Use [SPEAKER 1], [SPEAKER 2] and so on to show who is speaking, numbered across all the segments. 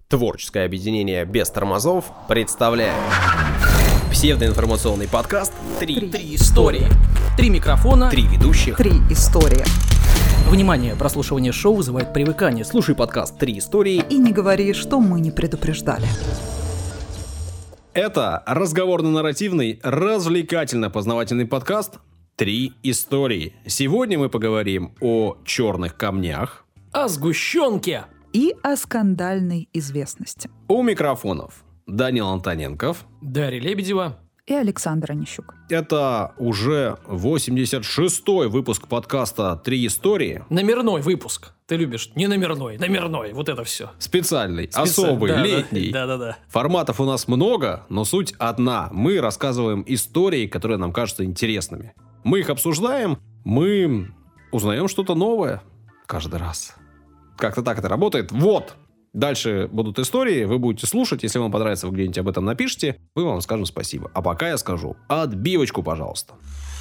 [SPEAKER 1] Творческое объединение «Без тормозов» представляет псевдоинформационный подкаст «Три истории».
[SPEAKER 2] 3 микрофона,
[SPEAKER 1] 3 ведущих,
[SPEAKER 3] 3 истории.
[SPEAKER 2] Внимание, прослушивание шоу вызывает привыкание.
[SPEAKER 1] Слушай подкаст «Три истории»
[SPEAKER 3] И не говори, что мы не предупреждали.
[SPEAKER 1] Это разговорно-нарративный, развлекательно-познавательный подкаст «Три истории». Сегодня мы поговорим о черных камнях,
[SPEAKER 2] О сгущенке.
[SPEAKER 3] И о скандальной известности.
[SPEAKER 1] у микрофонов Данил Антоненков.
[SPEAKER 2] Дарья Лебедева.
[SPEAKER 3] И Александр Онищук.
[SPEAKER 1] Это уже 86-й выпуск подкаста «Три истории».
[SPEAKER 2] Номерной выпуск. Ты любишь не номерной. Вот это все.
[SPEAKER 1] Специальный, особый,
[SPEAKER 2] Да,
[SPEAKER 1] летний.
[SPEAKER 2] Да.
[SPEAKER 1] Форматов у нас много, но суть одна. Мы рассказываем истории, которые нам кажутся интересными. Мы их обсуждаем, мы узнаем что-то новое каждый раз. Как-то так это работает. Вот. Дальше будут истории, вы будете слушать. Если вам понравится, вы где-нибудь об этом напишите. Мы вам скажем спасибо. А пока я скажу отбивочку, пожалуйста.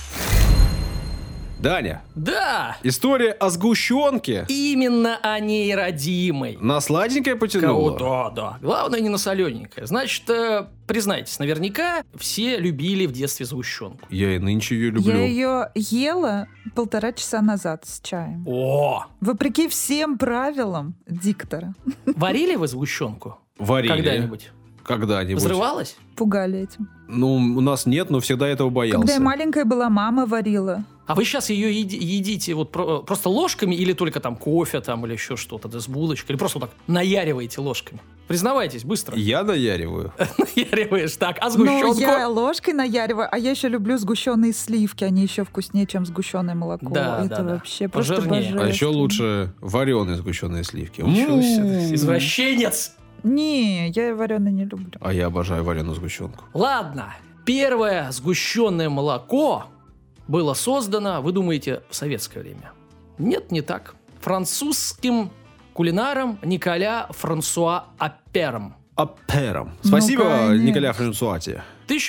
[SPEAKER 1] Даня,
[SPEAKER 2] Да!
[SPEAKER 1] история о сгущенке.
[SPEAKER 2] Именно о ней родимой.
[SPEAKER 1] На сладенькое потянуло?
[SPEAKER 2] Да. Главное, не на солененькое. Значит, признайтесь, наверняка все любили в детстве сгущенку.
[SPEAKER 1] Я и нынче ее люблю.
[SPEAKER 3] Я ее ела 1,5 часа назад с чаем.
[SPEAKER 2] О!
[SPEAKER 3] Вопреки всем правилам диктора.
[SPEAKER 2] Варили вы сгущенку?
[SPEAKER 1] Варили.
[SPEAKER 2] Когда-нибудь?
[SPEAKER 1] Когда-нибудь.
[SPEAKER 2] Взрывалась?
[SPEAKER 3] Пугали этим.
[SPEAKER 1] Ну, у нас нет, но всегда этого боялся.
[SPEAKER 3] Когда я маленькая была, мама варила.
[SPEAKER 2] А вы сейчас ее едите вот просто ложками или только там кофе там или еще что-то, да, с булочкой? Или просто вот так наяриваете ложками? Признавайтесь, быстро.
[SPEAKER 1] Я наяриваю.
[SPEAKER 2] Наяриваешь, так, а сгущенку?
[SPEAKER 3] Ну, я ложкой наяриваю, а я еще люблю сгущенные сливки. Они еще вкуснее, чем сгущенное молоко.
[SPEAKER 2] Да,
[SPEAKER 3] Это
[SPEAKER 2] да.
[SPEAKER 3] вообще просто
[SPEAKER 2] Пожирнее.
[SPEAKER 3] божественно.
[SPEAKER 1] А еще лучше вареные сгущенные сливки.
[SPEAKER 2] Ничего себе, извращенец!
[SPEAKER 3] Не, я вареное не люблю.
[SPEAKER 1] А я обожаю вареную сгущенку.
[SPEAKER 2] Ладно, первое сгущенное молоко было создано, вы думаете, в советское время? Нет, не так. Французским кулинаром Николя Франсуа Аппером.
[SPEAKER 1] Апером. Спасибо,
[SPEAKER 3] конечно.
[SPEAKER 1] Николя Франсуати.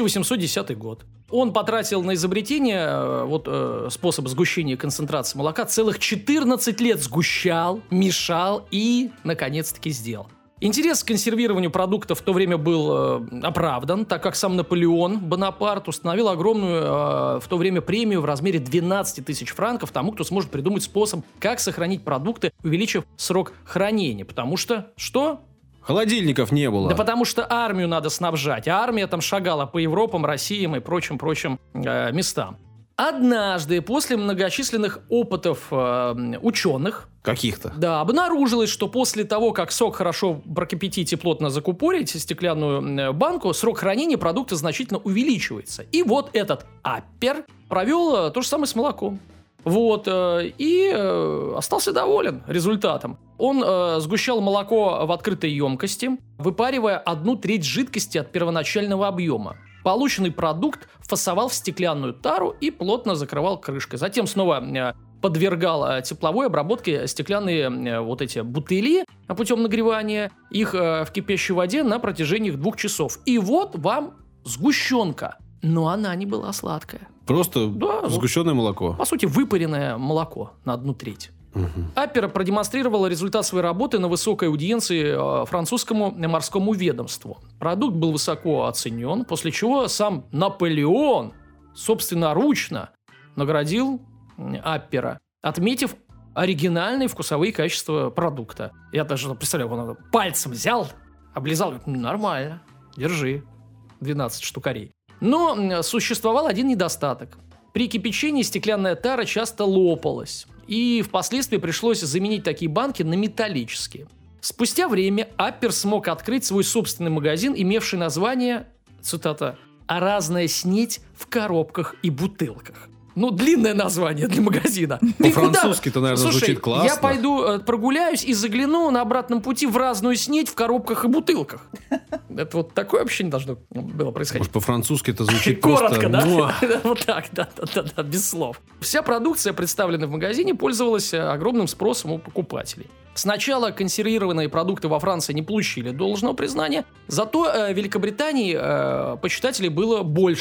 [SPEAKER 2] 1810 год. Он потратил на изобретение способа сгущения и концентрации молока целых 14 лет сгущал, мешал и, наконец-таки, сделал. Интерес к консервированию продуктов в то время был оправдан, так как сам Наполеон Бонапарт установил огромную в то время премию в размере 12 тысяч франков тому, кто сможет придумать способ, как сохранить продукты, увеличив срок хранения. Потому что что?
[SPEAKER 1] Холодильников не было.
[SPEAKER 2] Да потому что армию надо снабжать, а армия там шагала по Европам, Россиям и прочим местам. Однажды, после многочисленных опытов ученых,
[SPEAKER 1] Каких-то.
[SPEAKER 2] да, обнаружилось, что после того, как сок хорошо прокипятить и плотно закупорить стеклянную банку, срок хранения продукта значительно увеличивается. И вот этот Аппер провел то же самое с молоком. Вот, и остался доволен результатом. Он сгущал молоко в открытой емкости, выпаривая 1/3 жидкости от первоначального объема. Полученный продукт фасовал в стеклянную тару и плотно закрывал крышкой. Затем снова подвергал тепловой обработке стеклянные вот эти бутыли путем нагревания их в кипящей воде на протяжении 2 часов. И вот вам сгущенка. Но она не была сладкая.
[SPEAKER 1] Просто
[SPEAKER 2] Да,
[SPEAKER 1] сгущенное молоко.
[SPEAKER 2] По сути, выпаренное молоко на 1/3. Аппер продемонстрировал результат своей работы на высокой аудиенции французскому морскому ведомству. Продукт был высоко оценен, после чего сам Наполеон собственноручно наградил Аппера, отметив оригинальные вкусовые качества продукта. Я даже представляю, он пальцем взял, облизал, нормально, держи, 12 штукарей. Но существовал один недостаток. При кипячении стеклянная тара часто лопалась, и впоследствии пришлось заменить такие банки на металлические. Спустя время Аппер смог открыть свой собственный магазин, имевший название, цитата, «А разная снеть в коробках и бутылках». Ну, длинное название для магазина.
[SPEAKER 1] По-французски-то, наверное,
[SPEAKER 2] Слушай,
[SPEAKER 1] звучит классно.
[SPEAKER 2] я пойду прогуляюсь и загляну на обратном пути в разную снеть в коробках и бутылках. Это вот такое вообще не должно было происходить.
[SPEAKER 1] Может, по-французски это звучит
[SPEAKER 2] Коротко,
[SPEAKER 1] просто...
[SPEAKER 2] да? Вот так, да, без слов. Вся продукция, представленная в магазине, пользовалась огромным спросом у покупателей. Сначала консервированные продукты во Франции не получили должного признания, зато в Великобритании почитателей было больше.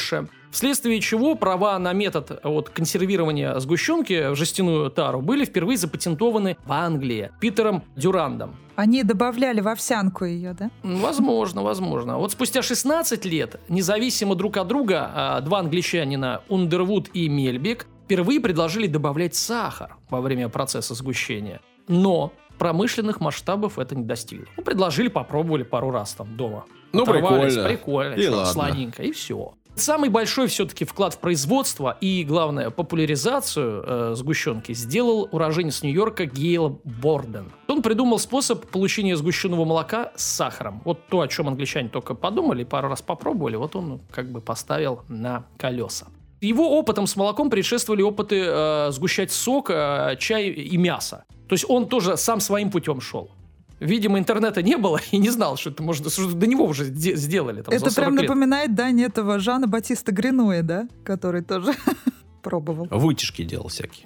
[SPEAKER 2] Вследствие чего права на метод консервирования сгущенки в жестяную тару были впервые запатентованы в Англии Питером Дюрандом.
[SPEAKER 3] Они добавляли в овсянку ее, да?
[SPEAKER 2] Возможно. Вот спустя 16 лет, независимо друг от друга, два англичанина Ундервуд и Мельбек впервые предложили добавлять сахар во время процесса сгущения. Но промышленных масштабов это не достигло. Предложили, попробовали пару раз там дома. Прикольно.
[SPEAKER 1] И ладно.
[SPEAKER 2] Сладенько, и все. Самый большой все-таки вклад в производство и, главное, популяризацию сгущенки сделал уроженец Нью-Йорка Гейл Борден. Он придумал способ получения сгущенного молока с сахаром. Вот то, о чем англичане только подумали, пару раз попробовали, вот он как бы поставил на колеса. Его опытом с молоком предшествовали опыты сгущать сок, чай и мясо. То есть он тоже сам своим путем шел. Видимо, интернета не было и не знал, что это можно, что до него уже сделали. Там,
[SPEAKER 3] это
[SPEAKER 2] за 40
[SPEAKER 3] прям
[SPEAKER 2] лет.
[SPEAKER 3] напоминает, Дани, этого Жана Батиста Гринуя, да? Который тоже пробовал.
[SPEAKER 1] Вытяжки делал всякие.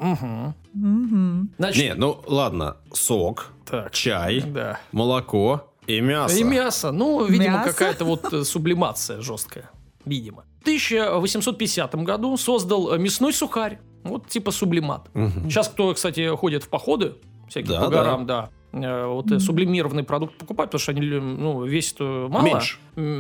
[SPEAKER 3] Мгм.
[SPEAKER 2] Значит,
[SPEAKER 1] Не, ну ладно. Сок,
[SPEAKER 2] так,
[SPEAKER 1] чай,
[SPEAKER 2] да.
[SPEAKER 1] молоко и мясо.
[SPEAKER 2] И мясо. Ну, видимо,
[SPEAKER 3] Мясо?
[SPEAKER 2] какая-то сублимация жесткая. Видимо. В 1850 году создал мясной сухарь. Вот типа сублимат.
[SPEAKER 1] Мгм.
[SPEAKER 2] Сейчас кто, кстати, ходит в походы всякие
[SPEAKER 1] Да,
[SPEAKER 2] по горам, да. Сублимированный продукт покупают, потому что они весят мало,
[SPEAKER 1] Меньше.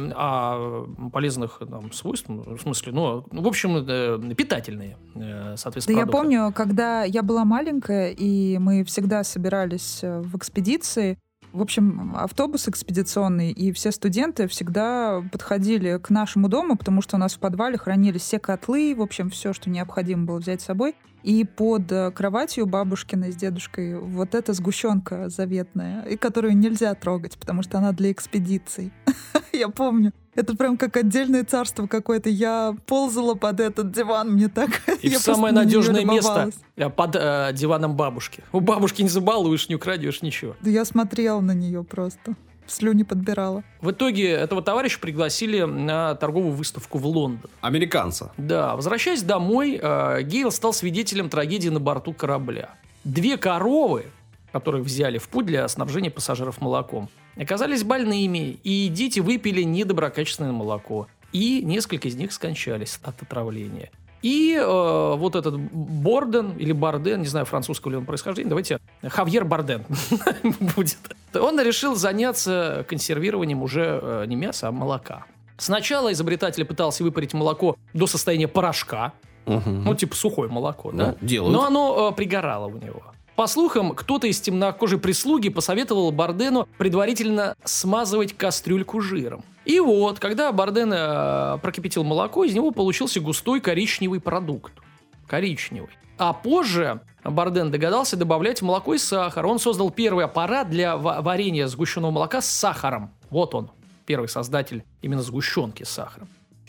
[SPEAKER 2] а полезных свойств, в смысле, в общем, питательные,
[SPEAKER 3] Да
[SPEAKER 2] соответственно,
[SPEAKER 3] я
[SPEAKER 2] продукты.
[SPEAKER 3] помню, когда я была маленькая, и мы всегда собирались в экспедиции, в общем, автобус экспедиционный, и все студенты всегда подходили к нашему дому, потому что у нас в подвале хранились все котлы, в общем, все, что необходимо было взять с собой. И под кроватью бабушкиной с дедушкой вот эта сгущенка заветная, и которую нельзя трогать, потому что она для экспедиций. Я помню. Это прям как отдельное царство какое-то. Я ползала под этот диван, мне так...
[SPEAKER 2] И
[SPEAKER 3] я
[SPEAKER 2] в самое
[SPEAKER 3] просто на неё
[SPEAKER 2] надежное место
[SPEAKER 3] любовалась.
[SPEAKER 2] под диваном бабушки. У бабушки не забалуешь, не украдешь, ничего.
[SPEAKER 3] Да я смотрела на нее просто. Слюни подбирала.
[SPEAKER 2] В итоге этого товарища пригласили на торговую выставку в Лондон.
[SPEAKER 1] Американца.
[SPEAKER 2] Да, возвращаясь домой, Гейл стал свидетелем трагедии на борту корабля. 2 коровы, которые взяли в путь для снабжения пассажиров молоком, оказались больными, и дети выпили недоброкачественное молоко. И несколько из них скончались от отравления. И вот этот Борден, или Барден, не знаю, французского ли он происхождения, давайте Хавьер Барден будет. Он решил заняться консервированием уже не мяса, а молока. Сначала изобретатель пытался выпарить молоко до состояния порошка,
[SPEAKER 1] Мгм.
[SPEAKER 2] типа сухое молоко,
[SPEAKER 1] Ну,
[SPEAKER 2] да?
[SPEAKER 1] делают.
[SPEAKER 2] Но оно пригорало у него. По слухам, кто-то из темнокожей прислуги посоветовал Бардену предварительно смазывать кастрюльку жиром. И вот, когда Барден прокипятил молоко, из него получился густой коричневый продукт. Коричневый. А позже Барден догадался добавлять в молоко и сахар. Он создал первый аппарат для варенья сгущенного молока с сахаром. Вот он, первый создатель именно сгущенки с сахаром. В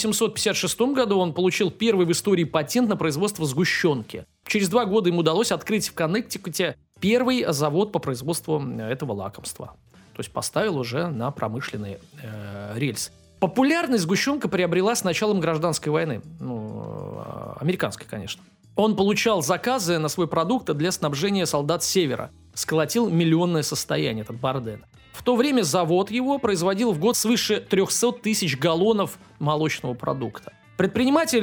[SPEAKER 2] 1856 году он получил первый в истории патент на производство сгущенки. Через 2 года ему удалось открыть в Коннектикуте первый завод по производству этого лакомства. То есть поставил уже на промышленные рельсы. Популярность сгущенка приобрела с началом гражданской войны. Американской, конечно. Он получал заказы на свой продукт для снабжения солдат Севера. Сколотил миллионное состояние, этот Барден. В то время завод его производил в год свыше 300 тысяч галлонов молочного продукта. Предприниматель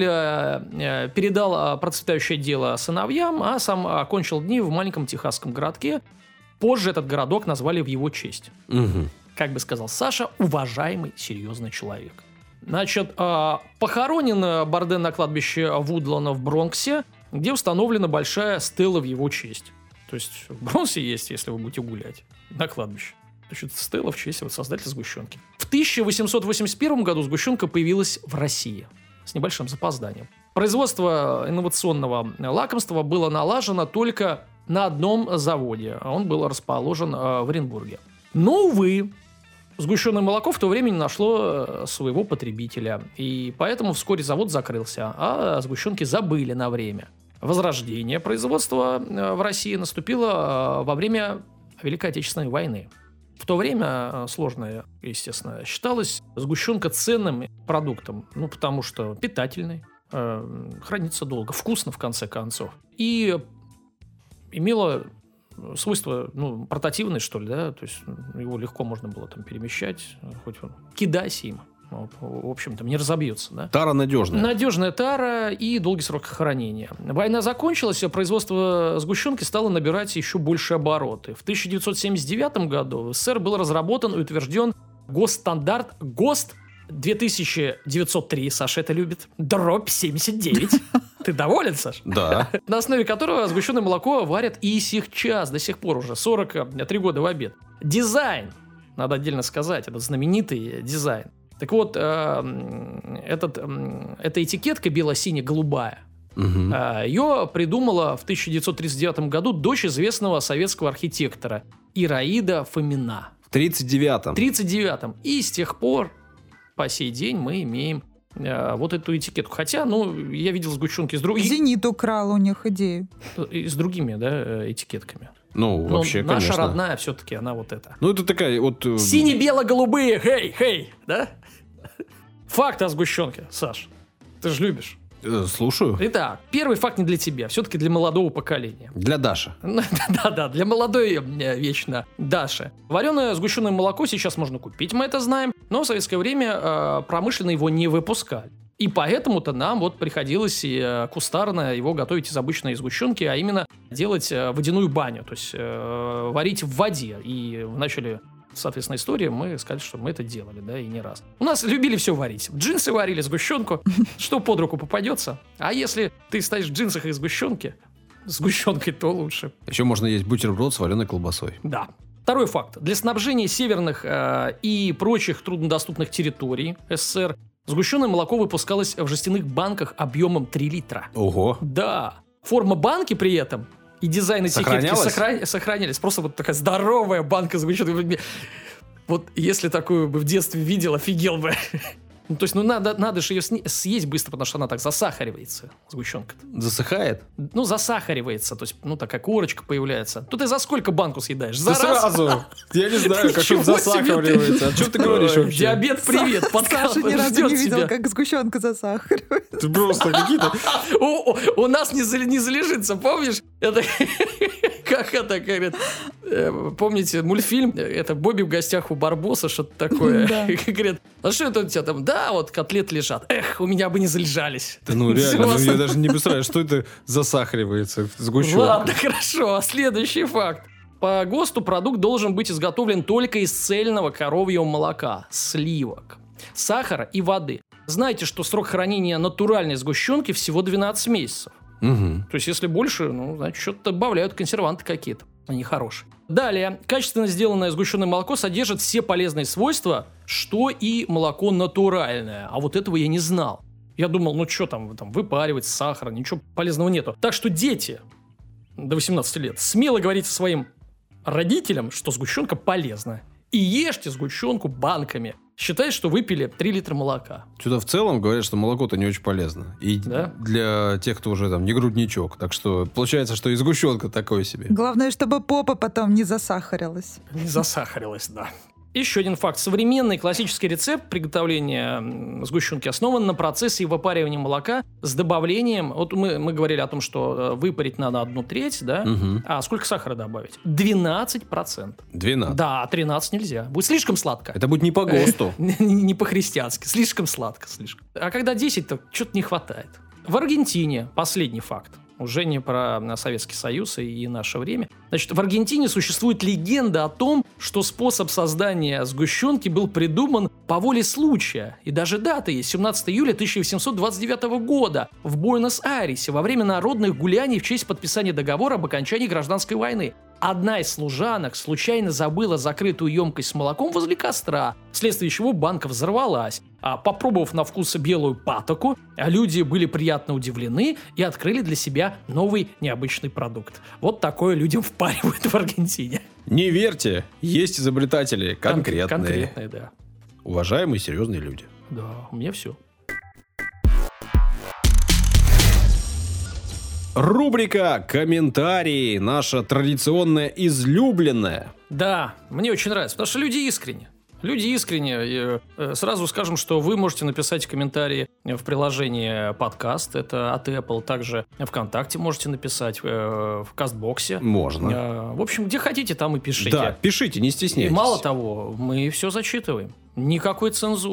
[SPEAKER 2] передал процветающее дело сыновьям, а сам окончил дни в маленьком техасском городке. Позже этот городок назвали в его честь.
[SPEAKER 1] Мгм.
[SPEAKER 2] Как бы сказал Саша, уважаемый, серьезный человек. Значит, похоронен Барден на кладбище Вудлана в Бронксе, где установлена большая стела в его честь. То есть в Бронксе есть, если вы будете гулять, на кладбище. Значит, стела в честь создателя сгущенки. В 1881 году сгущенка появилась в России с небольшим запозданием. Производство инновационного лакомства было налажено только на одном заводе. Он был расположен в Оренбурге. Но, увы, сгущенное молоко в то время не нашло своего потребителя. И поэтому вскоре завод закрылся, а сгущенки забыли на время. Возрождение производства в России наступило во время Великой Отечественной войны. В то время, сложное, естественно, считалась сгущенка ценным продуктом, потому что питательный, хранится долго, вкусно, в конце концов. И имела свойство, портативное, что ли, да, то есть его легко можно было там перемещать, хоть кидайся им, В общем, там не разобьется, да?
[SPEAKER 1] Тара надежная.
[SPEAKER 2] Надежная тара и долгий срок хранения. Война закончилась, а производство сгущенки стало набирать еще больше обороты. В 1979 году в СССР был разработан и утвержден госстандарт ГОСТ 2903, Саша это любит, дробь 79. Ты доволен, Саш?
[SPEAKER 1] Да.
[SPEAKER 2] На основе которого сгущенное молоко варят и сейчас, до сих пор уже, 43 года в обед. Дизайн, надо отдельно сказать, этот знаменитый дизайн. Так вот, эта этикетка бело-сине-голубая, ее придумала в 1939 году дочь известного советского архитектора Ираида Фомина.
[SPEAKER 1] В 39-м.
[SPEAKER 2] 39-м. И с тех пор по сей день мы имеем вот эту этикетку. Хотя, я видел сгущенки с другими...
[SPEAKER 3] «Зенит» украл у них идею.
[SPEAKER 2] И с другими, да, этикетками.
[SPEAKER 1] Вообще,
[SPEAKER 2] наша
[SPEAKER 1] конечно.
[SPEAKER 2] родная все-таки, она вот эта.
[SPEAKER 1] Это такая вот...
[SPEAKER 2] Сине-бело-голубые, хей, да? Факт о сгущенке, Саш. Ты же любишь.
[SPEAKER 1] Слушаю.
[SPEAKER 2] Итак, первый факт не для тебя, все-таки для молодого поколения.
[SPEAKER 1] Для Даши.
[SPEAKER 2] Да, для молодой вечно Даши. Вареное сгущенное молоко сейчас можно купить, мы это знаем, но в советское время промышленно его не выпускали. И поэтому-то нам приходилось кустарно его готовить из обычной сгущенки, а именно делать водяную баню, то есть варить в воде. И в начале, соответственно, истории мы сказали, что мы это делали, да, и не раз. У нас любили все варить. Джинсы варили, сгущенку, что под руку попадется. А если ты стоишь в джинсах и сгущенкой, то лучше.
[SPEAKER 1] Еще можно есть бутерброд с вареной колбасой.
[SPEAKER 2] Да. Второй факт. Для снабжения северных и прочих труднодоступных территорий СССР сгущенное молоко выпускалось в жестяных банках объемом 3 литра.
[SPEAKER 1] Ого.
[SPEAKER 2] Да. Форма банки при этом и дизайн этикетки сохранялись. Просто вот такая здоровая банка сгущенной. Вот если такую бы в детстве видел, офигел бы. То есть, надо же ее съесть быстро, потому что она так засахаривается, сгущенка-то.
[SPEAKER 1] Засыхает?
[SPEAKER 2] Засахаривается, то есть, такая корочка появляется. Тут ты за сколько банку съедаешь? За раз?
[SPEAKER 1] Сразу. Я не знаю, как он засахаривается. О чем ты говоришь вообще?
[SPEAKER 2] Диабет, привет,
[SPEAKER 3] Саша ни разу не видел, как сгущенка засахаривается.
[SPEAKER 1] Ты просто какие-то...
[SPEAKER 2] У нас не залежится, помнишь? Это как это, говорит, помните мультфильм? Это Бобби в гостях у Барбоса, что-то такое. Говорит, а что это у тебя там? Да, вот котлеты лежат. Эх, у меня бы не залежались.
[SPEAKER 1] Да реально, я даже не представляю, что это засахаривается в сгущенке.
[SPEAKER 2] Ладно, хорошо. Следующий факт. По ГОСТу продукт должен быть изготовлен только из цельного коровьего молока, сливок, сахара и воды. Знаете, что срок хранения натуральной сгущенки всего 12 месяцев.
[SPEAKER 1] Угу.
[SPEAKER 2] То есть, если больше, значит, что-то добавляют консерванты какие-то. Они хорошие. Далее, качественно сделанное сгущенное молоко содержит все полезные свойства, что и молоко натуральное. А вот этого я не знал. Я думал, что там выпаривать сахар, ничего полезного нету. Так что дети до 18 лет смело говорите своим родителям, что сгущенка полезна. И ешьте сгущенку банками. Считай, что выпили 3 литра молока.
[SPEAKER 1] Что-то в целом говорят, что молоко-то не очень полезно. И для тех, кто уже не грудничок. Так что получается, что и сгущенка такое себе.
[SPEAKER 3] Главное, чтобы попа потом не засахарилась.
[SPEAKER 2] Не засахарилась, да. Еще один факт. Современный классический рецепт приготовления сгущенки основан на процессе выпаривания молока с добавлением... Вот мы говорили о том, что выпарить надо 1/3, да?
[SPEAKER 1] Угу.
[SPEAKER 2] А сколько сахара добавить? 12%.
[SPEAKER 1] 12?
[SPEAKER 2] Да, 13 нельзя. Будет слишком сладко.
[SPEAKER 1] Это будет не по ГОСТу.
[SPEAKER 2] Не по-христиански. Слишком сладко. А когда 10, то что-то не хватает. В Аргентине, последний факт, уже не про Советский Союз и наше время. Значит, в Аргентине существует легенда о том, что способ создания сгущенки был придуман по воле случая. И даже дата есть, 17 июля 1829 года в Буэнос-Айресе во время народных гуляний в честь подписания договора об окончании гражданской войны. Одна из служанок случайно забыла закрытую емкость с молоком возле костра, вследствие чего банка взорвалась. А попробовав на вкус белую патоку, люди были приятно удивлены и открыли для себя новый необычный продукт. Вот такое людям впаривают в Аргентине.
[SPEAKER 1] Не верьте, есть изобретатели конкретные.
[SPEAKER 2] Конкретные, да.
[SPEAKER 1] Уважаемые серьезные люди.
[SPEAKER 2] Да, у меня все.
[SPEAKER 1] Рубрика «Комментарии», наша традиционная излюбленная.
[SPEAKER 2] Да, мне очень нравится, потому что люди искренне. Люди искренне. Сразу скажем, что вы можете написать комментарии в приложении подкаст. Это от Apple. Также ВКонтакте можете написать, в Кастбоксе.
[SPEAKER 1] Можно.
[SPEAKER 2] В общем, где хотите, там и пишите.
[SPEAKER 1] Да, пишите, не стесняйтесь.
[SPEAKER 2] И мало того, мы все зачитываем. Никакой цензуры.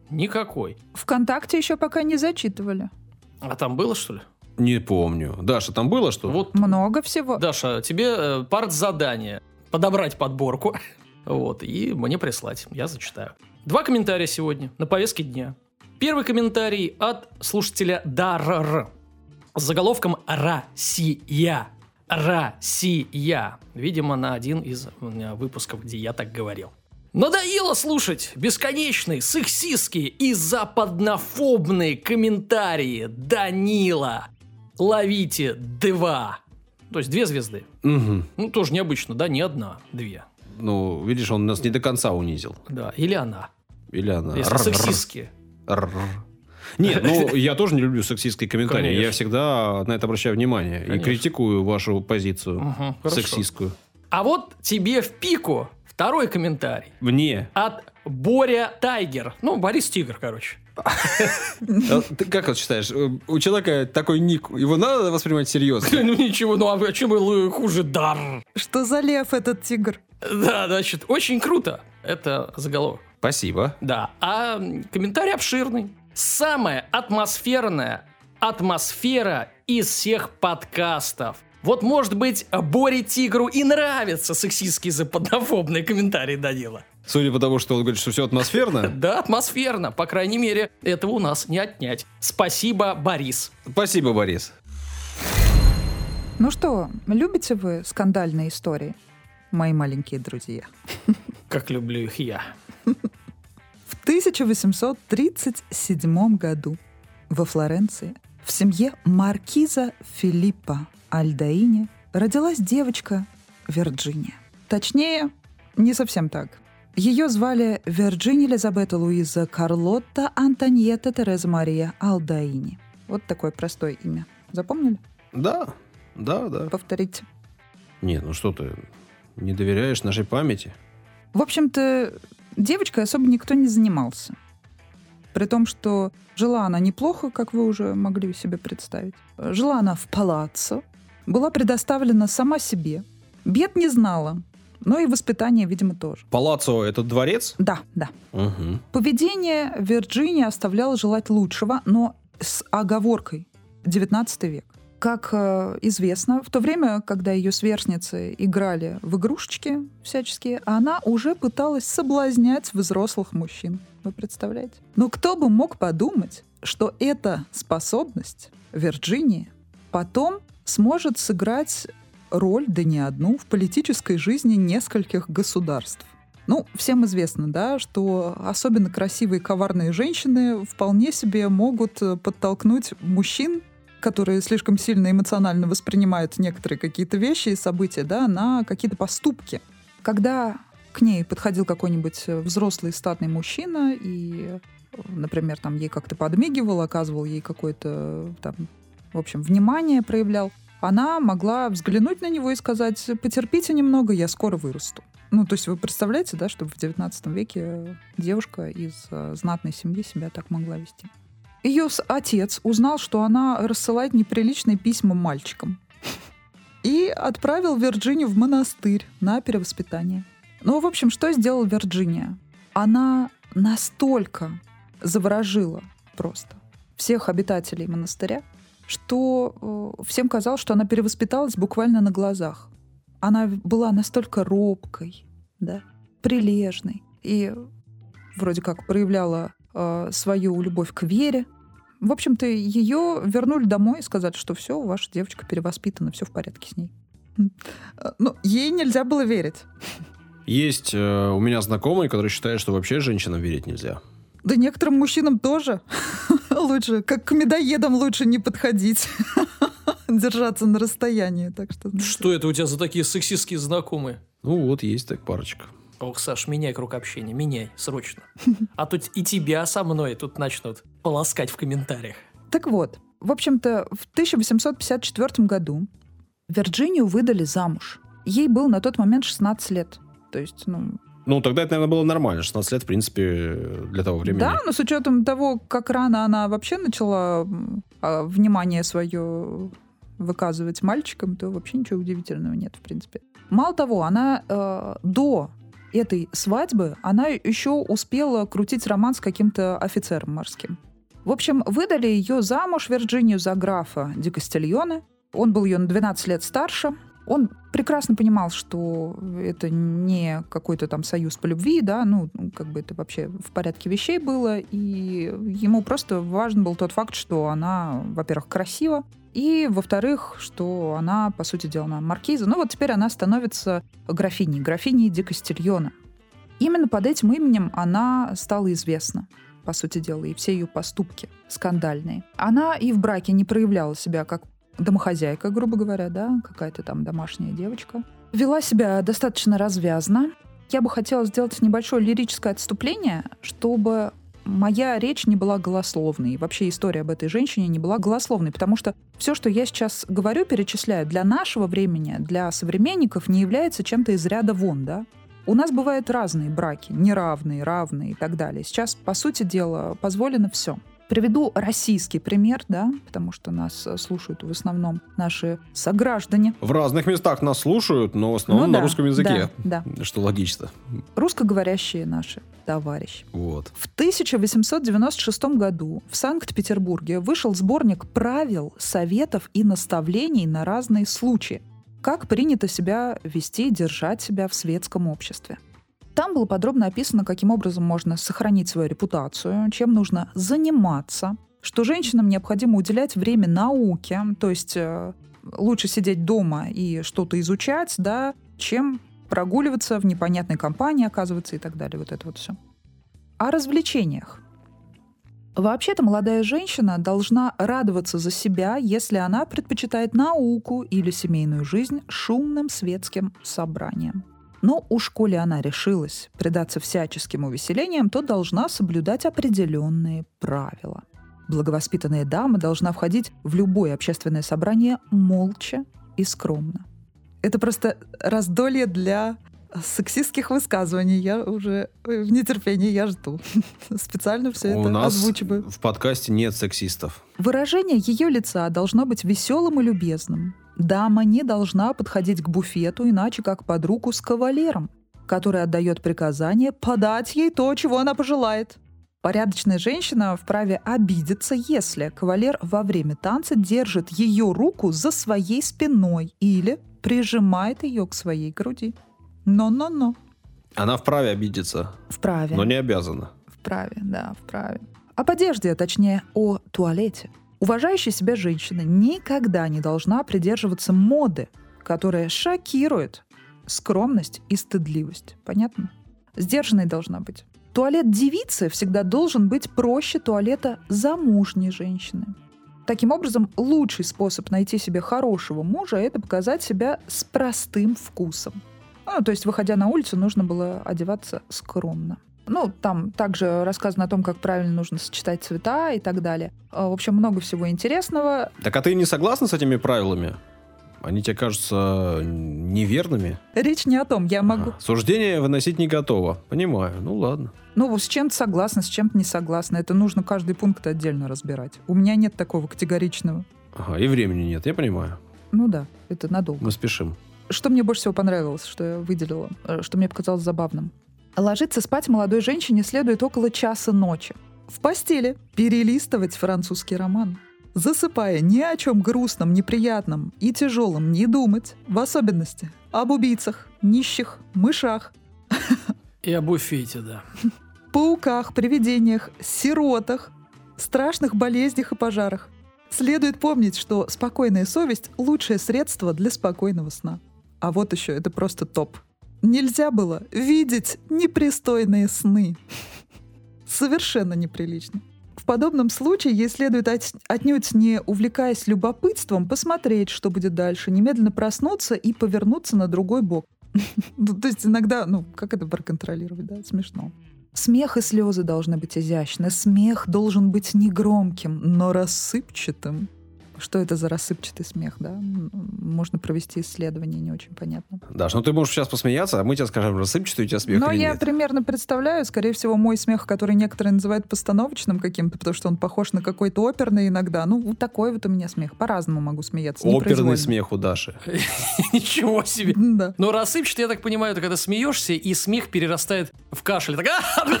[SPEAKER 2] Никакой.
[SPEAKER 3] ВКонтакте еще пока не зачитывали.
[SPEAKER 2] А там было, что ли?
[SPEAKER 1] Не помню. Даша, там было что?
[SPEAKER 2] Вот,
[SPEAKER 3] Много всего.
[SPEAKER 2] Даша, тебе партзадание. Подобрать подборку. Вот, и мне прислать. Я зачитаю. 2 комментария сегодня на повестке дня. Первый комментарий от слушателя Дарр с заголовком «Россия». Россия. Видимо, на один из выпусков, где я так говорил. Надоело слушать бесконечные сексистские и западнофобные комментарии Данила. Ловите 2. То есть 2 звезды.
[SPEAKER 1] Угу.
[SPEAKER 2] Ну, тоже необычно, да? Не одна, 2.
[SPEAKER 1] Ну, видишь, он нас не до конца унизил.
[SPEAKER 2] Да, или она.
[SPEAKER 1] Или она.
[SPEAKER 2] Если сексистские.
[SPEAKER 1] Нет, ну, я тоже не люблю сексистские комментарии.
[SPEAKER 2] Конечно.
[SPEAKER 1] Я всегда на это обращаю внимание.
[SPEAKER 2] Конечно.
[SPEAKER 1] И критикую вашу позицию
[SPEAKER 2] Хорошо.
[SPEAKER 1] сексистскую.
[SPEAKER 2] А вот тебе в пику второй комментарий.
[SPEAKER 1] Мне.
[SPEAKER 2] От Боря Тайгер. Ну, Борис Тигр, короче.
[SPEAKER 1] Ты как вот считаешь, у человека такой ник, его надо воспринимать серьезно?
[SPEAKER 2] Ну ничего, ну а чем был хуже дар?
[SPEAKER 3] Что за лев этот тигр?
[SPEAKER 2] Да, значит, очень круто. Это заголовок.
[SPEAKER 1] Спасибо.
[SPEAKER 2] Да, а комментарий обширный. Самая атмосферная атмосфера из всех подкастов. Вот, может быть, Боре Тигру и нравятся сексистские западнофобные комментарии Данила.
[SPEAKER 1] Судя по тому, что он говорит, что все атмосферно.
[SPEAKER 2] Да, атмосферно. По крайней мере, этого у нас не отнять. Спасибо, Борис.
[SPEAKER 1] Спасибо, Борис.
[SPEAKER 3] Ну что, любите вы скандальные истории, мои маленькие друзья?
[SPEAKER 2] Как люблю их я.
[SPEAKER 3] В 1837 году во Флоренции в семье маркиза Филиппо Альдаини родилась девочка Вирджиния. Точнее, не совсем так. Ее звали Вирджиния Элизабета Луиза Карлотта Антоньетта Тереза Мария Алдаини. Вот такое простое имя. Запомнили?
[SPEAKER 1] Да.
[SPEAKER 3] Повторите.
[SPEAKER 1] Нет, ну что ты, не доверяешь нашей памяти?
[SPEAKER 3] В общем-то, девочкой особо никто не занимался. При том, что жила она неплохо, как вы уже могли себе представить. Жила она в палаццо, была предоставлена сама себе. Бед не знала, но и воспитание, видимо, тоже.
[SPEAKER 1] Палаццо — это дворец?
[SPEAKER 3] Да.
[SPEAKER 1] Угу.
[SPEAKER 3] Поведение Вирджинии оставляло желать лучшего, но с оговоркой. 19 век. Как известно, в то время, когда ее сверстницы играли в игрушечки всяческие, она уже пыталась соблазнять взрослых мужчин. Вы представляете? Но кто бы мог подумать, что эта способность Вирджинии потом сможет сыграть роль, да не одну, в политической жизни нескольких государств. Ну, всем известно, да, что особенно красивые и коварные женщины вполне себе могут подтолкнуть мужчин, которые слишком сильно эмоционально воспринимают некоторые какие-то вещи и события, да, на какие-то поступки. Когда к ней подходил какой-нибудь взрослый статный мужчина и, например, там ей как-то подмигивал, оказывал ей какое-то там, в общем, внимание проявлял, она могла взглянуть на него и сказать: потерпите немного, я скоро вырасту. Ну, то есть вы представляете, да, чтобы в 19 веке девушка из знатной семьи себя так могла вести. Ее отец узнал, что она рассылает неприличные письма мальчикам, и отправил Вирджинию в монастырь на перевоспитание. Ну, в общем, что сделала Вирджиния? Она настолько заворожила просто всех обитателей монастыря, что всем казалось, что она перевоспиталась буквально на глазах. Она была настолько робкой, да, прилежной и вроде как проявляла свою любовь к вере. В общем-то, ее вернули домой и сказали, что все, ваша девочка перевоспитана, все в порядке с ней. Но ей нельзя было верить.
[SPEAKER 1] Есть у меня знакомый, который считает, что вообще женщинам верить нельзя.
[SPEAKER 3] Да некоторым мужчинам тоже. Лучше, как к медоедам лучше не подходить. Держаться на расстоянии. Так что,
[SPEAKER 2] Что это у тебя за такие сексистские знакомые?
[SPEAKER 1] Ну вот, есть так парочка.
[SPEAKER 2] Ох, Саш, меняй круг общения, меняй, срочно. А тут и тебя со мной тут начнут полоскать в комментариях.
[SPEAKER 3] Так вот, в общем-то, в 1854 году Вирджинию выдали замуж. Ей было на тот момент 16 лет. То есть,
[SPEAKER 1] Ну, тогда это, наверное, было нормально. 16 лет, в принципе, для того времени.
[SPEAKER 3] Да, но с учетом того, как рано она вообще начала внимание свое выказывать мальчикам, то вообще ничего удивительного нет, в принципе. Мало того, она до этой свадьбы она еще успела крутить роман с каким-то офицером морским. В общем, выдали ее замуж, Вирджинию, за графа Ди Кастильоне. Он был ее на 12 лет старше. Он прекрасно понимал, что это не какой-то там союз по любви, да, как бы это вообще в порядке вещей было, и ему просто важен был тот факт, что она, во-первых, красива, и, во-вторых, что она, по сути дела, маркиза. Вот теперь она становится графиней Ди Кастильоне. Именно под этим именем она стала известна, по сути дела, и все ее поступки скандальные. Она и в браке не проявляла себя как домохозяйка, грубо говоря, да, какая-то там домашняя девочка. Вела себя достаточно развязно. Я бы хотела сделать небольшое лирическое отступление, чтобы моя речь не была голословной. И вообще история об этой женщине не была голословной, потому что все, что я сейчас говорю, перечисляю, для нашего времени, для современников не является чем-то из ряда вон, да. У нас бывают разные браки, неравные, равные и так далее. Сейчас, по сути дела, позволено все. Приведу российский пример, да, потому что нас слушают в основном наши сограждане.
[SPEAKER 1] В разных местах нас слушают, но в основном на русском языке.
[SPEAKER 3] Да.
[SPEAKER 1] Что логично.
[SPEAKER 3] Русскоговорящие наши товарищи.
[SPEAKER 1] Вот.
[SPEAKER 3] В 1896 году в Санкт-Петербурге вышел сборник правил, советов и наставлений на разные случаи. Как принято себя вести, держать себя в светском обществе. Там было подробно описано, каким образом можно сохранить свою репутацию, чем нужно заниматься, что женщинам необходимо уделять время науке, то есть лучше сидеть дома и что-то изучать, да, чем прогуливаться в непонятной компании, оказываться и так далее. Вот это вот все. О развлечениях. Вообще-то молодая женщина должна радоваться за себя, если она предпочитает науку или семейную жизнь шумным светским собраниям. Но уж коли она решилась предаться всяческим увеселениям, то должна соблюдать определенные правила. Благовоспитанная дама должна входить в любое общественное собрание молча и скромно. Это просто раздолье для сексистских высказываний. Я уже в нетерпении, я жду. Специально все это озвучиваю.
[SPEAKER 1] У нас в подкасте нет сексистов.
[SPEAKER 3] Выражение ее лица должно быть веселым и любезным. Дама не должна подходить к буфету иначе, как под руку с кавалером, который отдает приказание подать ей то, чего она пожелает. Порядочная женщина вправе обидеться, если кавалер во время танца держит ее руку за своей спиной или прижимает ее к своей груди. Но.
[SPEAKER 1] Она вправе обидеться.
[SPEAKER 3] Вправе.
[SPEAKER 1] Но не обязана.
[SPEAKER 3] Вправе, да, вправе. Об одежде, а точнее о туалете. Уважающая себя женщина никогда не должна придерживаться моды, которая шокирует скромность и стыдливость. Понятно? Сдержанной должна быть. Туалет девицы всегда должен быть проще туалета замужней женщины. Таким образом, лучший способ найти себе хорошего мужа – это показать себя с простым вкусом. То есть, выходя на улицу, нужно было одеваться скромно. Там также рассказано о том, как правильно нужно сочетать цвета и так далее. В общем, много всего интересного.
[SPEAKER 1] Так а ты не согласна с этими правилами? Они тебе кажутся неверными?
[SPEAKER 3] Речь не о том, я могу...
[SPEAKER 1] Суждение выносить не готово. Понимаю, ладно.
[SPEAKER 3] С чем-то согласна, с чем-то не согласна. Это нужно каждый пункт отдельно разбирать. У меня нет такого категоричного.
[SPEAKER 1] И времени нет, я понимаю.
[SPEAKER 3] Да, это надолго.
[SPEAKER 1] Мы спешим.
[SPEAKER 3] Что мне больше всего понравилось, что я выделила, что мне показалось забавным. Ложиться спать молодой женщине следует около часа ночи. В постели перелистывать французский роман. Засыпая, ни о чем грустном, неприятном и тяжелом не думать. В особенности об убийцах, нищих, мышах.
[SPEAKER 2] И о буфете, да.
[SPEAKER 3] Пауках, привидениях, сиротах, страшных болезнях и пожарах. Следует помнить, что спокойная совесть – лучшее средство для спокойного сна. А вот еще, это просто топ. Нельзя было видеть непристойные сны. Совершенно неприлично. В подобном случае ей следует отнюдь не увлекаясь любопытством, посмотреть, что будет дальше, немедленно проснуться и повернуться на другой бок. То есть иногда, как это проконтролировать, да, смешно. Смех и слезы должны быть изящны. Смех должен быть негромким, но рассыпчатым. Что это за рассыпчатый смех, да? Можно провести исследование, не очень понятно.
[SPEAKER 1] Даш, ну ты можешь сейчас посмеяться, а мы тебе скажем, рассыпчатый у тебя смех
[SPEAKER 3] Но
[SPEAKER 1] или
[SPEAKER 3] я
[SPEAKER 1] нет.
[SPEAKER 3] примерно представляю, скорее всего, мой смех, который некоторые называют постановочным каким-то, потому что он похож на какой-то оперный иногда. Ну, вот такой вот у меня смех. По-разному могу смеяться.
[SPEAKER 1] Оперный
[SPEAKER 3] непроизвольно.
[SPEAKER 1] смех у Даши.
[SPEAKER 2] Ничего себе.
[SPEAKER 3] Да.
[SPEAKER 2] Но рассыпчатый, я так понимаю, это когда смеешься, и смех перерастает в кашель. Так,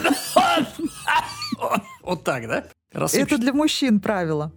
[SPEAKER 2] вот так, да?
[SPEAKER 3] Это
[SPEAKER 2] Рассыпчатый.
[SPEAKER 3] для мужчин правило.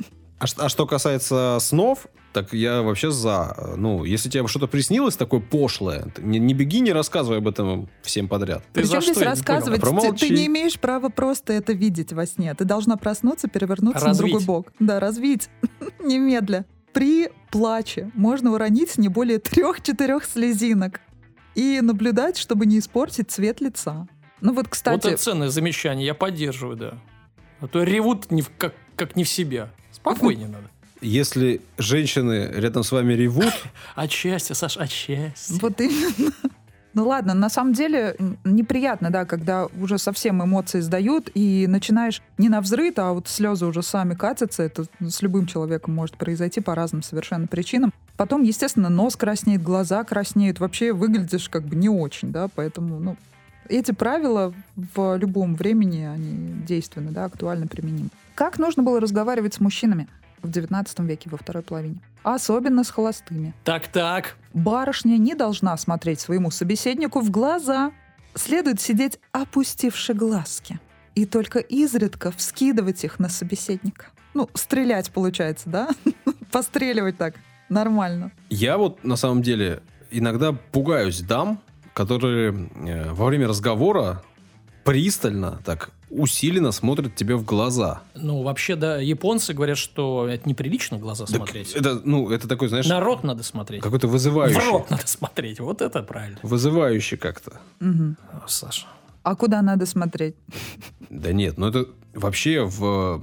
[SPEAKER 1] А что касается снов, так я вообще за. Ну, если тебе что-то приснилось такое пошлое, ты не беги, не рассказывай об этом всем подряд.
[SPEAKER 2] Ты
[SPEAKER 3] Причем
[SPEAKER 2] за
[SPEAKER 3] здесь
[SPEAKER 2] что? Я не
[SPEAKER 3] рассказывать?
[SPEAKER 2] понял.
[SPEAKER 1] Промолчи.
[SPEAKER 3] Ты не имеешь права просто это видеть во сне. Ты должна проснуться, перевернуться
[SPEAKER 2] Развить.
[SPEAKER 3] на другой бок. Да, развить. Немедля. При плаче можно уронить не более 3-4 слезинок. И наблюдать, чтобы не испортить цвет лица. Ну вот,
[SPEAKER 2] Вот
[SPEAKER 3] кстати...
[SPEAKER 2] это ценное замечание, я поддерживаю, да. А то ревут как не в себя. Спокойнее надо.
[SPEAKER 1] Если женщины рядом с вами ревут,
[SPEAKER 2] Отчасти, Саш, отчасти.
[SPEAKER 3] Вот именно. Ну ладно, на самом деле неприятно, да, когда уже совсем эмоции сдают, и начинаешь не на взрыв, а вот слезы уже сами катятся. Это с любым человеком может произойти по разным совершенно причинам. Потом, естественно, нос краснеет, глаза краснеют. Вообще выглядишь как бы не очень, да, поэтому, ну, эти правила в любом времени, они действенны, да, актуально применимы. Как нужно было разговаривать с мужчинами в XIX веке, во второй половине? Особенно с холостыми.
[SPEAKER 2] Так.
[SPEAKER 3] Барышня не должна смотреть своему собеседнику в глаза. Следует сидеть, опустивши глазки. И только изредка вскидывать их на собеседника. Ну, стрелять, получается, да? Постреливать так. Нормально.
[SPEAKER 1] я вот на самом деле иногда пугаюсь дам, которые во время разговора пристально, так усиленно смотрят тебе в глаза.
[SPEAKER 2] Ну, вообще, да, японцы говорят, что это неприлично в глаза
[SPEAKER 1] Так
[SPEAKER 2] смотреть.
[SPEAKER 1] это такой, знаешь,
[SPEAKER 2] На рот надо смотреть.
[SPEAKER 1] какой-то
[SPEAKER 2] В
[SPEAKER 1] вызывающий.
[SPEAKER 2] рот надо смотреть. Вот это правильно.
[SPEAKER 1] Вызывающий как-то.
[SPEAKER 3] Мгм.
[SPEAKER 2] О, Саша.
[SPEAKER 3] А куда надо смотреть?
[SPEAKER 1] Да нет, ну это вообще в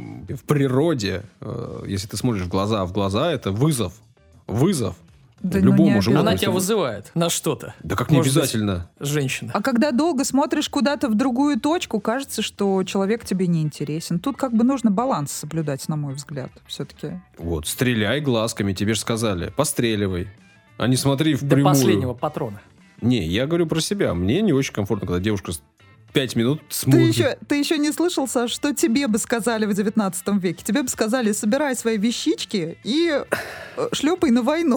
[SPEAKER 1] природе, если ты смотришь в глаза, это вызов. Вызов.
[SPEAKER 3] Да,
[SPEAKER 1] Любому
[SPEAKER 3] ну, не
[SPEAKER 1] животному.
[SPEAKER 2] Она
[SPEAKER 3] обязательно.
[SPEAKER 2] тебя вызывает на что-то.
[SPEAKER 1] Да как не
[SPEAKER 2] Может быть,
[SPEAKER 1] обязательно.
[SPEAKER 2] женщина.
[SPEAKER 3] А когда долго смотришь куда-то в другую точку, кажется, что человек тебе не интересен. Тут как бы нужно баланс соблюдать, на мой взгляд, все-таки.
[SPEAKER 1] Вот, стреляй глазками, тебе же сказали. Постреливай. А не смотри
[SPEAKER 2] До
[SPEAKER 1] впрямую.
[SPEAKER 2] последнего патрона.
[SPEAKER 1] Не, я говорю про себя. Мне не очень комфортно, когда девушка 5 минут смотрит.
[SPEAKER 3] Ты еще не слышал, Саш, что тебе бы сказали в 19 веке? Тебе бы сказали, собирай свои вещички и шлепай на войну.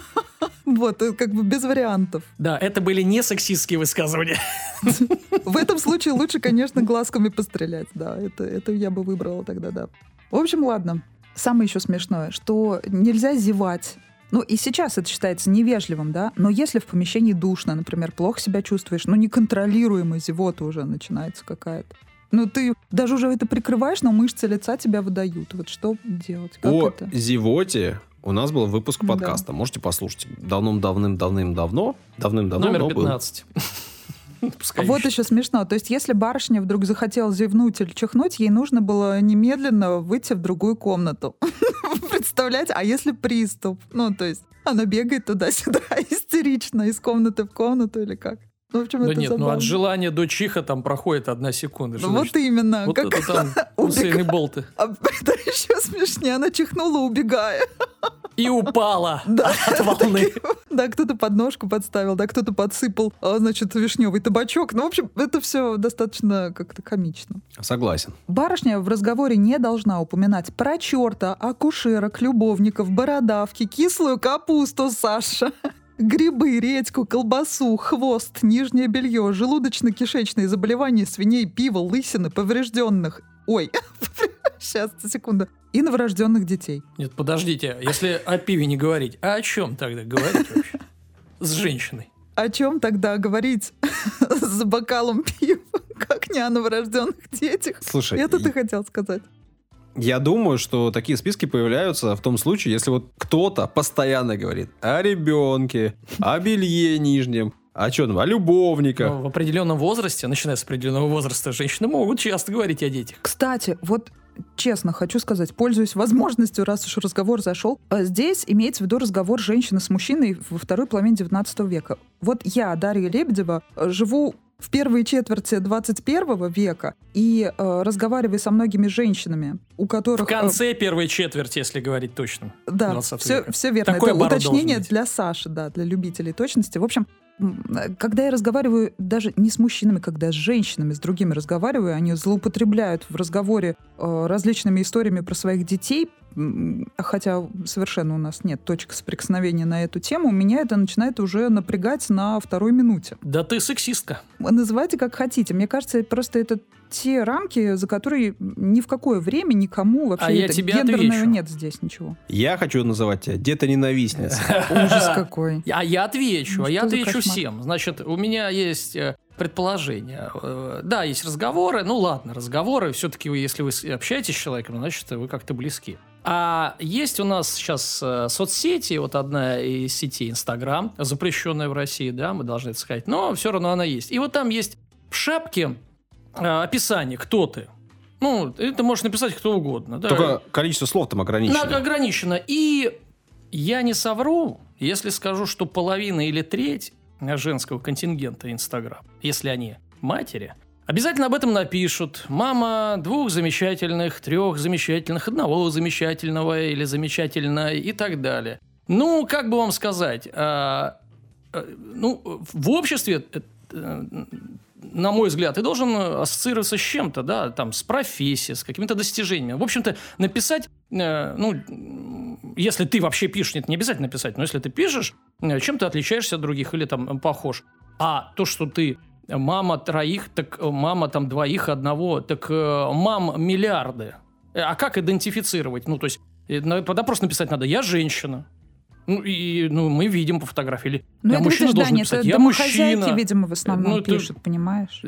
[SPEAKER 3] Вот, как бы без вариантов.
[SPEAKER 2] Да, это были не сексистские высказывания.
[SPEAKER 3] В этом случае лучше, конечно, глазками пострелять. Да, это я бы выбрала тогда, да. В общем, ладно. Самое еще смешное, что нельзя зевать. Ну, и сейчас это считается невежливым, да, но если в помещении душно, например, плохо себя чувствуешь, ну, неконтролируемая зевота уже начинается какая-то. Ну, ты даже уже это прикрываешь, но мышцы лица тебя выдают. Вот что делать? Как
[SPEAKER 1] О
[SPEAKER 3] это?
[SPEAKER 1] зевоте у нас был выпуск
[SPEAKER 3] Да.
[SPEAKER 1] подкаста. Можете послушать. Давным-давно
[SPEAKER 2] Номер
[SPEAKER 1] но был.
[SPEAKER 2] 15. Пускай
[SPEAKER 3] Вот
[SPEAKER 2] ищет.
[SPEAKER 3] еще смешно. То есть, если барышня вдруг захотела зевнуть или чихнуть, ей нужно было немедленно выйти в другую комнату. Представляете? А если приступ? Ну, то есть, она бегает туда-сюда истерично из комнаты в комнату или как? Ну, в общем,
[SPEAKER 2] Да
[SPEAKER 3] это
[SPEAKER 2] нет, ну
[SPEAKER 3] забавно.
[SPEAKER 2] от желания до чиха там проходит 1 секунда. Что
[SPEAKER 3] Ну, вот
[SPEAKER 2] значит?
[SPEAKER 3] именно.
[SPEAKER 2] Вот
[SPEAKER 3] как
[SPEAKER 2] это там
[SPEAKER 3] она
[SPEAKER 2] Усейн и
[SPEAKER 3] убегает.
[SPEAKER 2] Болты.
[SPEAKER 3] А это еще смешнее. Она чихнула, убегая.
[SPEAKER 2] И упала
[SPEAKER 3] Да.
[SPEAKER 2] от волны.
[SPEAKER 3] Да, кто-то подножку подставил, да, кто-то подсыпал, значит, вишневый табачок. Ну, в общем, это все достаточно как-то комично.
[SPEAKER 1] Согласен.
[SPEAKER 3] Барышня в разговоре не должна упоминать про черта, акушерок, любовников, бородавки, кислую капусту, Саша, грибы, редьку, колбасу, хвост, нижнее белье, желудочно-кишечные заболевания свиней, пиво, лысины, поврежденных. Ой, сейчас, секунду. И новорожденных детей.
[SPEAKER 2] Нет, подождите, если о пиве не говорить, а о чем тогда говорить вообще? С женщиной.
[SPEAKER 3] О чем тогда говорить за бокалом пива, как не о новорожденных детях?
[SPEAKER 1] Слушай,
[SPEAKER 3] Это ты хотел сказать.
[SPEAKER 1] я думаю, что такие списки появляются в том случае, если вот кто-то постоянно говорит о ребенке, о белье нижнем, о чем, о любовниках.
[SPEAKER 2] Но в определенном возрасте, начиная с определенного возраста, женщины могут часто говорить о детях.
[SPEAKER 3] Кстати, вот честно хочу сказать, пользуясь возможностью, раз уж разговор зашел, здесь имеется в виду разговор женщины с мужчиной во второй половине 19 века. Вот я, Дарья Лебедева, живу в первой четверти 21 века и разговаривая со многими женщинами, у которых...
[SPEAKER 2] В конце первой четверти, если говорить точно.
[SPEAKER 3] Да, все верно.
[SPEAKER 2] Такой
[SPEAKER 3] это уточнение для Саши, да, для любителей точности. В общем, когда я разговариваю даже не с мужчинами, когда с женщинами, с другими разговариваю, они злоупотребляют в разговоре различными историями про своих детей, хотя совершенно у нас нет точек соприкосновения на эту тему, меня это начинает уже напрягать на второй минуте.
[SPEAKER 2] Да ты сексистка.
[SPEAKER 3] Называйте как хотите. Мне кажется, просто это те рамки, за которые ни в какое время никому вообще
[SPEAKER 2] я тебе
[SPEAKER 3] гендерного
[SPEAKER 2] отвечу.
[SPEAKER 3] нет здесь ничего.
[SPEAKER 1] Я хочу называть тебя детоненавистницей.
[SPEAKER 3] Ужас какой.
[SPEAKER 2] А я отвечу,
[SPEAKER 3] Ну, что за кошмар?
[SPEAKER 2] всем. Значит, у меня есть предположение. Да, есть разговоры. Ну ладно, разговоры. Все-таки если вы общаетесь с человеком, значит, вы как-то близки. А есть у нас сейчас соцсети, вот одна из сетей Инстаграм, запрещенная в России, да, мы должны это сказать, но все равно она есть. И вот там есть в шапке описание, кто ты. Ну, это можешь написать кто угодно. Да?
[SPEAKER 1] Только количество слов там ограничено.
[SPEAKER 2] Ограничено. И я не совру, если скажу, что половина или треть женского контингента Инстаграм, если они матери, обязательно об этом напишут. Мама 2 замечательных, 3 замечательных, 1 замечательного или замечательной и так далее. Ну, как бы вам сказать, в обществе, на мой взгляд, ты должен ассоциироваться с чем-то, да, там, с профессией, с какими-то достижениями. В общем-то, написать, если ты вообще пишешь, нет, не обязательно писать, но если ты пишешь, чем ты отличаешься от других или там похож. А то, что ты мама 3, так мама там 2, 1, так мам миллиарды. А как идентифицировать? Ну, то есть, тогда просто написать надо «я женщина». Мы видим по фотографии.
[SPEAKER 3] Ну, это,
[SPEAKER 2] мужчина
[SPEAKER 3] видишь,
[SPEAKER 2] должен
[SPEAKER 3] Даня,
[SPEAKER 2] написать
[SPEAKER 3] это
[SPEAKER 2] «я
[SPEAKER 3] домохозяйки,
[SPEAKER 2] мужчина».
[SPEAKER 3] видимо, в основном пишут, понимаешь?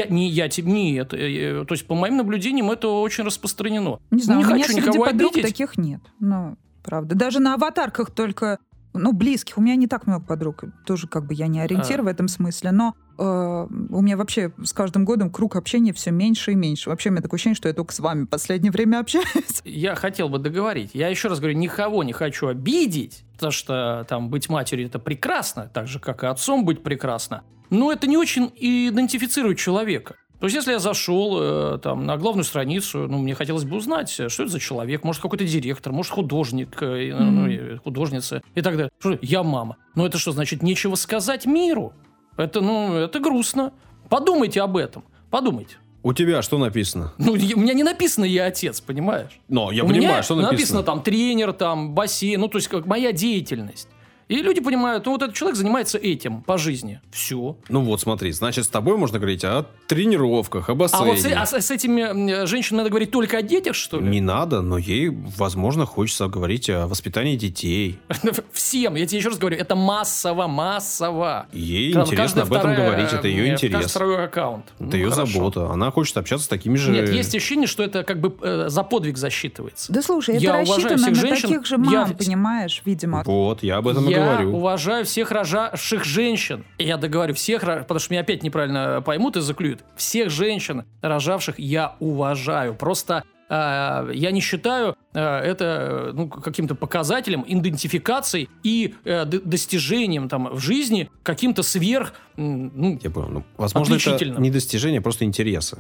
[SPEAKER 2] Нет. То есть, по моим наблюдениям, это очень распространено.
[SPEAKER 3] Не знаю,
[SPEAKER 2] не
[SPEAKER 3] у меня
[SPEAKER 2] хочу
[SPEAKER 3] среди
[SPEAKER 2] никого
[SPEAKER 3] подруг
[SPEAKER 2] обидеть.
[SPEAKER 3] таких нет. Ну, правда. Даже на аватарках только... близких. У меня не так много подруг. Тоже как бы я не ориентир в этом смысле. Но у меня вообще с каждым годом круг общения все меньше и меньше. Вообще у меня такое ощущение, что я только с вами в последнее время общаюсь.
[SPEAKER 2] Я хотел бы договорить. Я еще раз говорю, никого не хочу обидеть, потому что там быть матерью – это прекрасно, так же, как и отцом быть прекрасно. Но это не очень идентифицирует человека. То есть, если я зашел там, на главную страницу, мне хотелось бы узнать, что это за человек. Может, какой-то директор, может, художник, художница и так далее. Я мама. Но это что, значит, нечего сказать миру? Это грустно. Подумайте об этом. Подумайте.
[SPEAKER 1] У тебя что написано?
[SPEAKER 2] У меня не написано «я отец», понимаешь?
[SPEAKER 1] Но я
[SPEAKER 2] У
[SPEAKER 1] понимаю,
[SPEAKER 2] меня
[SPEAKER 1] что написано.
[SPEAKER 2] написано там тренер, там бассейн, то есть как моя деятельность. И люди понимают, вот этот человек занимается этим по жизни. Все.
[SPEAKER 1] Смотри, значит, с тобой можно говорить о тренировках, о бассейне.
[SPEAKER 2] А с этими женщинами надо говорить только о детях, что ли?
[SPEAKER 1] Не надо, но ей, возможно, хочется говорить о воспитании детей.
[SPEAKER 2] Всем, я тебе еще раз говорю, это массово.
[SPEAKER 1] Ей интересно об этом говорить, это ее интерес.
[SPEAKER 2] Каждый второй аккаунт.
[SPEAKER 1] Это ее забота. Она хочет общаться с такими же...
[SPEAKER 2] Нет, есть ощущение, что это как бы за подвиг засчитывается.
[SPEAKER 3] Да слушай, это рассчитано на таких же мам, понимаешь, видимо.
[SPEAKER 1] Вот, я об этом и говорю.
[SPEAKER 2] Я уважаю всех рожавших женщин. Я договорю всех, потому что меня опять неправильно поймут и заклюют. Всех женщин, рожавших, я уважаю. Просто я не считаю это каким-то показателем, идентификацией и достижением там, в жизни каким-то сверх
[SPEAKER 1] я понял. Возможно, это не достижение, а просто интересы.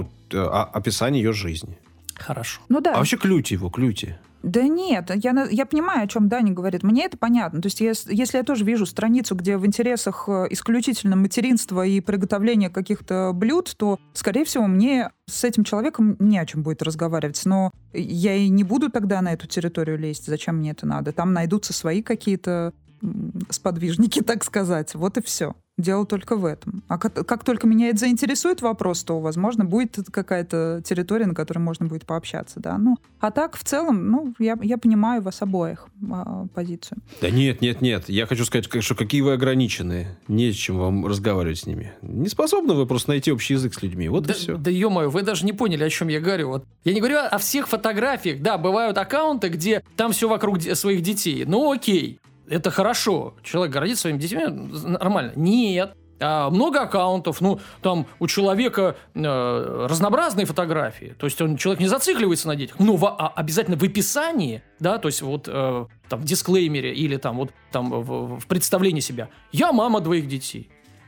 [SPEAKER 1] Описание ее жизни.
[SPEAKER 2] Хорошо.
[SPEAKER 3] Да.
[SPEAKER 1] А вообще клюйте.
[SPEAKER 3] Да нет, я понимаю, о чем Даня говорит. Мне это понятно. То есть если я тоже вижу страницу, где в интересах исключительно материнства и приготовления каких-то блюд, то, скорее всего, мне с этим человеком не о чем будет разговаривать. Но я и не буду тогда на эту территорию лезть. Зачем мне это надо? Там найдутся свои какие-то сподвижники, так сказать. Вот и все. Дело только в этом. А как только меня это заинтересует вопрос, то, возможно, будет какая-то территория, на которой можно будет пообщаться, да. А так, в целом, я понимаю вас обоих позицию.
[SPEAKER 1] Да нет. Я хочу сказать, что какие вы ограниченные. Не с чем вам разговаривать с ними. Не способны вы просто найти общий язык с людьми. Вот и все.
[SPEAKER 2] Да ё-моё, вы даже не поняли, о чем я говорю. Вот. Я не говорю о всех фотографиях. Да, бывают аккаунты, где там все вокруг своих детей. Окей. Это хорошо. Человек гордится своими детьми, нормально. Нет. Много аккаунтов, там у человека разнообразные фотографии. То есть человек не зацикливается на детях. Но обязательно в описании, да, то есть там в дисклеймере или там в представлении себя. Я мама 2 детей.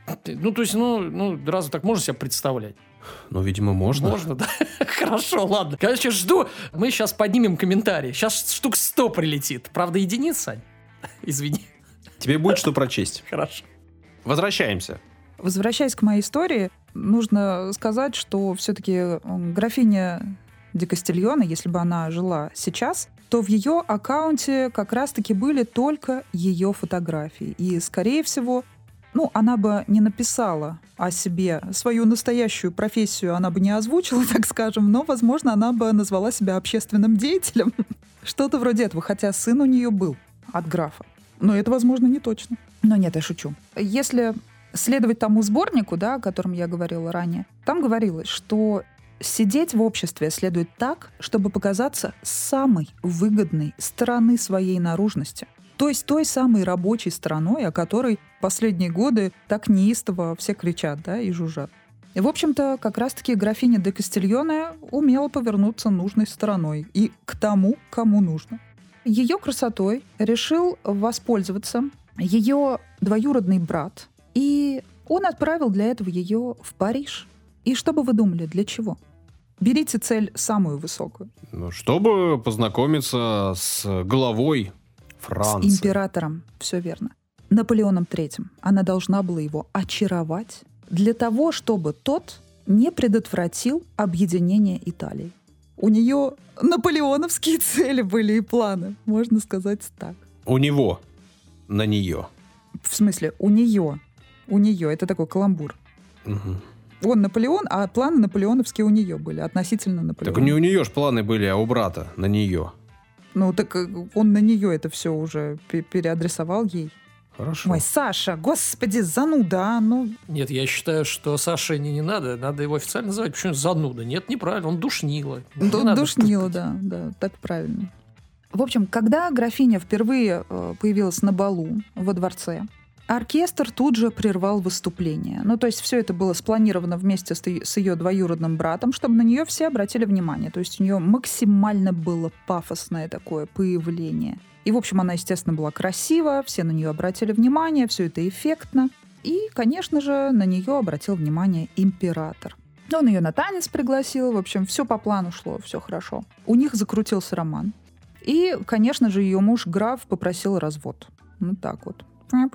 [SPEAKER 2] То есть, разве так можно себе представлять?
[SPEAKER 1] Ну, видимо, можно.
[SPEAKER 2] Можно, да? Хорошо, ладно. Короче, жду. Мы сейчас поднимем комментарии. Сейчас штук 100 прилетит. Правда, единиц, Сань? Извини.
[SPEAKER 1] Тебе будет что прочесть.
[SPEAKER 2] Хорошо.
[SPEAKER 1] Возвращаемся.
[SPEAKER 3] Возвращаясь к моей истории, нужно сказать, что все-таки графиня де Кастильоне, если бы она жила сейчас, то в ее аккаунте как раз-таки были только ее фотографии. И, скорее всего, она бы не написала о себе свою настоящую профессию, она бы не озвучила, так скажем, но, возможно, она бы назвала себя общественным деятелем. Что-то вроде этого, хотя сын у нее был от графа. Но это, возможно, не точно. Но нет, я шучу. Если следовать тому сборнику, о котором я говорила ранее, там говорилось, что сидеть в обществе следует так, чтобы показаться самой выгодной стороны своей наружности. То есть той самой рабочей стороной, о которой последние годы так неистово все кричат, и жужжат. И, в общем-то, как раз-таки графиня де Кастильоне умела повернуться нужной стороной и к тому, кому нужно. Ее красотой решил воспользоваться ее двоюродный брат, и он отправил для этого ее в Париж. И что бы вы думали, для чего? Берите цель самую высокую.
[SPEAKER 1] Чтобы познакомиться с главой Франции.
[SPEAKER 3] С императором, все верно. Наполеоном III. Она должна была его очаровать для того, чтобы тот не предотвратил объединение Италии. У нее наполеоновские цели были и планы, можно сказать так.
[SPEAKER 1] У него, на нее.
[SPEAKER 3] В смысле, у нее. У нее. Это такой каламбур.
[SPEAKER 1] Угу.
[SPEAKER 3] Он Наполеон, а планы наполеоновские у нее были, относительно Наполеона.
[SPEAKER 1] Так не у нее ж планы были, а у брата, на нее.
[SPEAKER 3] Так он на нее это все уже переадресовал ей.
[SPEAKER 1] Хорошо.
[SPEAKER 3] Ой, Саша, господи, зануда,
[SPEAKER 2] Нет, я считаю, что Саше не надо его официально называть. Почему зануда? Нет, неправильно, он душнило.
[SPEAKER 3] Душнило, да, так правильно. В общем, когда графиня впервые появилась на балу во дворце, оркестр тут же прервал выступление. То есть все это было спланировано вместе с ее двоюродным братом, чтобы на нее все обратили внимание. То есть у нее максимально было пафосное такое появление. И, в общем, она, естественно, была красива, все на нее обратили внимание, все это эффектно. И, конечно же, на нее обратил внимание император. Он ее на танец пригласил, в общем, все по плану шло, все хорошо. У них закрутился роман. И, конечно же, ее муж граф попросил развод. Так вот.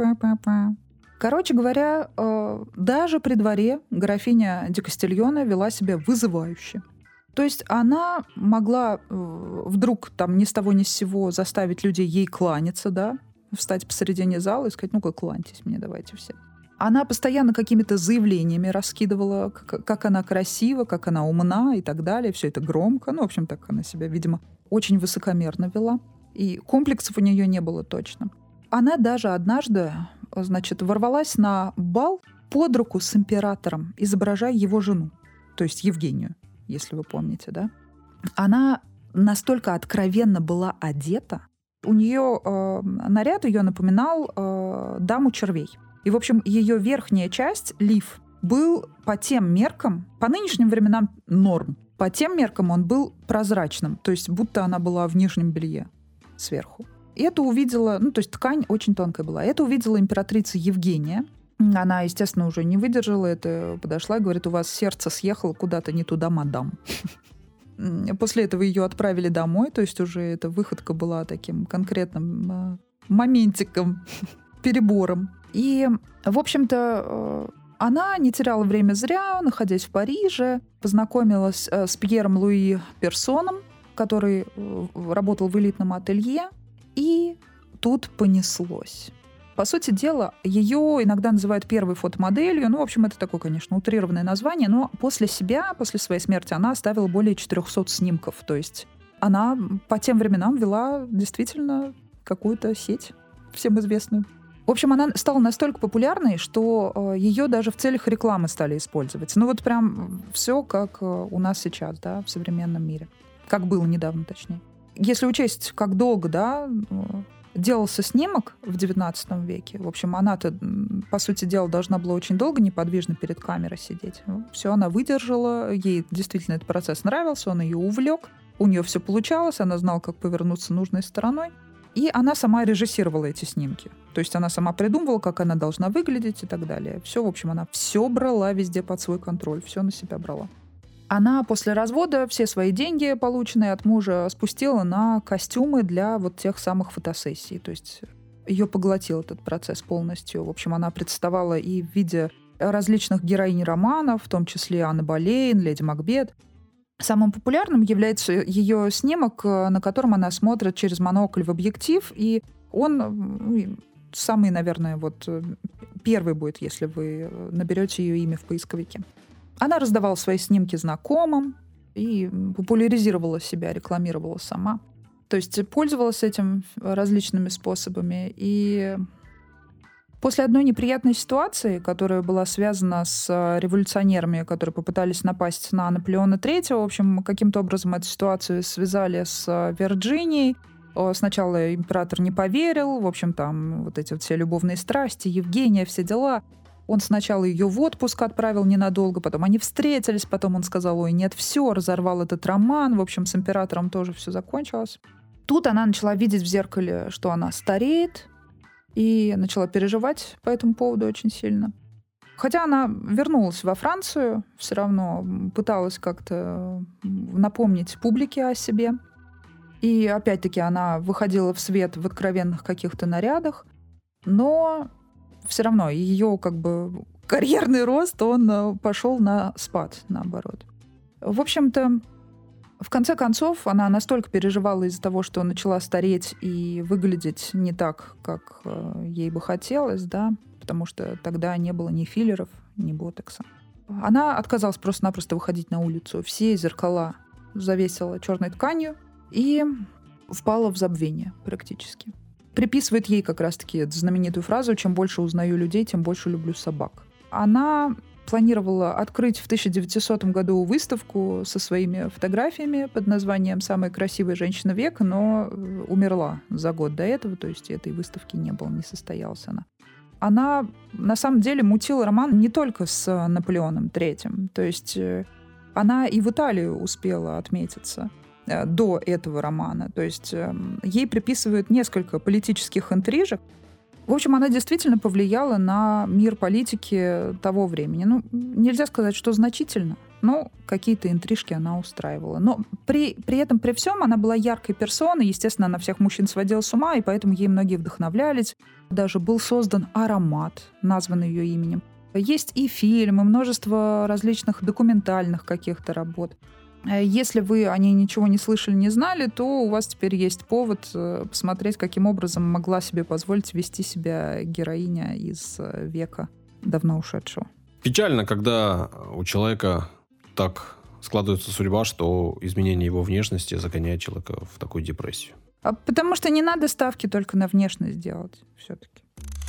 [SPEAKER 3] Короче говоря, даже при дворе графиня де Кастильоне вела себя вызывающе. То есть она могла вдруг ни с того ни с сего заставить людей ей кланяться, встать посередине зала и сказать: ну-ка, кланяйтесь мне, давайте все. Она постоянно какими-то заявлениями раскидывала, как она красива, как она умна и так далее. Все это громко. В общем, так она себя, видимо, очень высокомерно вела. И комплексов у нее не было точно. Она даже однажды, ворвалась на бал под руку с императором, изображая его жену, то есть Евгению, если вы помните, да? Она настолько откровенно была одета, у нее наряд ее напоминал даму червей. И, в общем, ее верхняя часть, лиф, был по тем меркам, по нынешним временам норм, по тем меркам он был прозрачным, то есть будто она была в нижнем белье сверху. Это увидела, то есть ткань очень тонкая была. Это увидела императрица Евгения. Она, естественно, уже не выдержала это, подошла и говорит: у вас сердце съехало куда-то не туда, мадам. После этого ее отправили домой, то есть уже эта выходка была таким конкретным моментиком, перебором. И, в общем-то, она не теряла время зря, находясь в Париже, познакомилась с Пьером Луи Персоном, который работал в элитном ателье. И тут понеслось. По сути дела, ее иногда называют первой фотомоделью. В общем, это такое, конечно, утрированное название, но после своей смерти она оставила более 400 снимков. То есть она по тем временам вела действительно какую-то сеть, всем известную. В общем, она стала настолько популярной, что ее даже в целях рекламы стали использовать. Прям все как у нас сейчас, в современном мире. Как было недавно, точнее. Если учесть, как долго, делался снимок в XIX веке, в общем, она-то, по сути дела, должна была очень долго неподвижно перед камерой сидеть. Все, она выдержала, ей действительно этот процесс нравился, он ее увлек, у нее все получалось, она знала, как повернуться нужной стороной. И она сама режиссировала эти снимки. То есть она сама придумывала, как она должна выглядеть и так далее. Все, в общем, она все брала везде под свой контроль, все на себя брала. Она после развода все свои деньги, полученные от мужа, спустила на костюмы для вот тех самых фотосессий. То есть ее поглотил этот процесс полностью. В общем, она представала и в виде различных героинь романов, в том числе Анны Болейн, Леди Макбет. Самым популярным является ее снимок, на котором она смотрит через монокль в объектив, и он самый, наверное, вот первый будет, если вы наберете ее имя в поисковике. Она раздавала свои снимки знакомым и популяризировала себя, рекламировала сама. То есть пользовалась этим различными способами. И после одной неприятной ситуации, которая была связана с революционерами, которые попытались напасть на Наполеона III, в общем, каким-то образом эту ситуацию связали с Вирджинией. Сначала император не поверил, в общем, там вот эти вот все любовные страсти, Евгения, все дела. Он сначала ее в отпуск отправил ненадолго, потом они встретились, потом он сказал: ой, нет, все, разорвал этот роман. В общем, с императором тоже все закончилось. Тут она начала видеть в зеркале, что она стареет, и начала переживать по этому поводу очень сильно. Хотя она вернулась во Францию, все равно пыталась как-то напомнить публике о себе. И опять-таки она выходила в свет в откровенных каких-то нарядах, но все равно ее как бы карьерный рост, он пошел на спад, наоборот. В общем-то, в конце концов, она настолько переживала из-за того, что начала стареть и выглядеть не так, как ей бы хотелось, да, потому что тогда не было ни филлеров, ни ботокса. Она отказалась просто-напросто выходить на улицу. Все зеркала завесила черной тканью и впала в забвение практически. Приписывает ей как раз-таки эту знаменитую фразу: «Чем больше узнаю людей, тем больше люблю собак». Она планировала открыть в 1900 году выставку со своими фотографиями под названием «Самая красивая женщина века», но умерла за год до этого, то есть этой выставки не было, не состоялась она. Она на самом деле мутила роман не только с Наполеоном III, то есть она и в Италию успела отметиться до этого романа. То есть ей приписывают несколько политических интрижек. В общем, она действительно повлияла на мир политики того времени. Ну, нельзя сказать, что значительно, но какие-то интрижки она устраивала. Но при этом, при всем, она была яркой персоной. Естественно, она всех мужчин сводила с ума, и поэтому ей многие вдохновлялись. Даже был создан аромат, названный ее именем. Есть и фильмы, множество различных документальных каких-то работ. Если вы о ней ничего не слышали, не знали, то у вас теперь есть повод посмотреть, каким образом могла себе позволить вести себя героиня из века давно ушедшего.
[SPEAKER 1] Печально, когда у человека так складывается судьба, что изменение его внешности загоняет человека в такую депрессию.
[SPEAKER 3] Потому что не надо ставки только на внешность делать все-таки.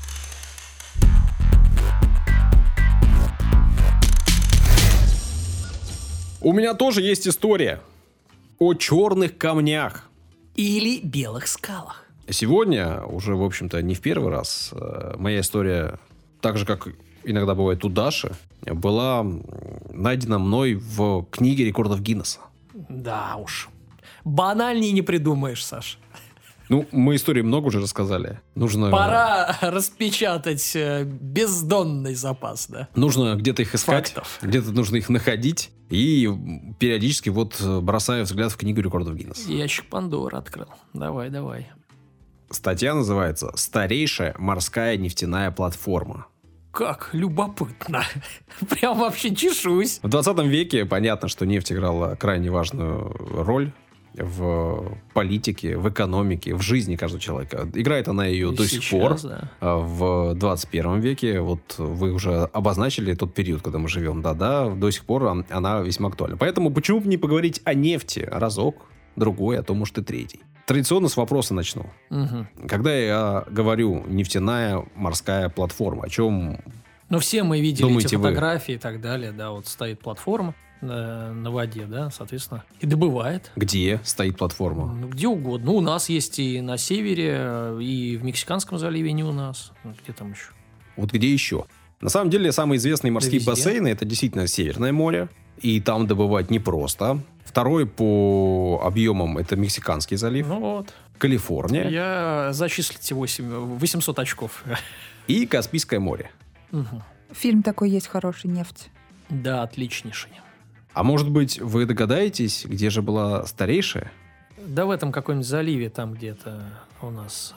[SPEAKER 1] У меня тоже есть история о черных камнях.
[SPEAKER 2] Или белых скалах.
[SPEAKER 1] Сегодня, уже, в общем-то, не в первый раз, моя история, так же, как иногда бывает у Даши, была найдена мной в книге рекордов Гиннесса.
[SPEAKER 2] Да уж. Банальнее не придумаешь, Саш.
[SPEAKER 1] Ну, мы истории много уже рассказали.
[SPEAKER 2] Пора распечатать бездонный запас, да?
[SPEAKER 1] Нужно где-то их искать,
[SPEAKER 2] фактов.
[SPEAKER 1] Где-то нужно их находить. И периодически вот бросаю взгляд в книгу рекордов Гиннесса.
[SPEAKER 2] Ящик Пандоры открыл. Давай.
[SPEAKER 1] Статья называется «Старейшая морская нефтяная платформа».
[SPEAKER 2] Как любопытно. Прям вообще чешусь.
[SPEAKER 1] В 20 веке понятно, что нефть играла крайне важную роль в политике, в экономике, в жизни каждого человека. Играет она ее до сих пор. Да. В 21 веке, вот вы уже обозначили тот период, когда мы живем, да, до сих пор она весьма актуальна. Поэтому почему бы не поговорить о нефти разок, другой, а то, может, и третий. Традиционно с вопроса начну.
[SPEAKER 2] Угу.
[SPEAKER 1] Когда я говорю «нефтяная морская платформа», о чем
[SPEAKER 2] Ну, все мы видели
[SPEAKER 1] думаете
[SPEAKER 2] эти фотографии и так далее, да, вот стоит платформа на воде, да, соответственно, и добывает.
[SPEAKER 1] Где стоит платформа?
[SPEAKER 2] Ну, где угодно. Ну, у нас есть и на севере, и в Мексиканском заливе, не у нас. Где там еще?
[SPEAKER 1] Вот где еще? На самом деле, самые известные морские бассейны — это действительно Северное море и там добывать непросто. Второй по объемам это Мексиканский залив.
[SPEAKER 2] Ну вот.
[SPEAKER 1] Калифорния.
[SPEAKER 2] Я зачислите 800 очков.
[SPEAKER 1] И Каспийское море.
[SPEAKER 2] Угу.
[SPEAKER 3] Фильм такой есть хороший, «Нефть».
[SPEAKER 2] Да, отличнейший.
[SPEAKER 1] А может быть, вы догадаетесь, где же была старейшая?
[SPEAKER 2] Да в этом каком-нибудь заливе, там где-то у нас,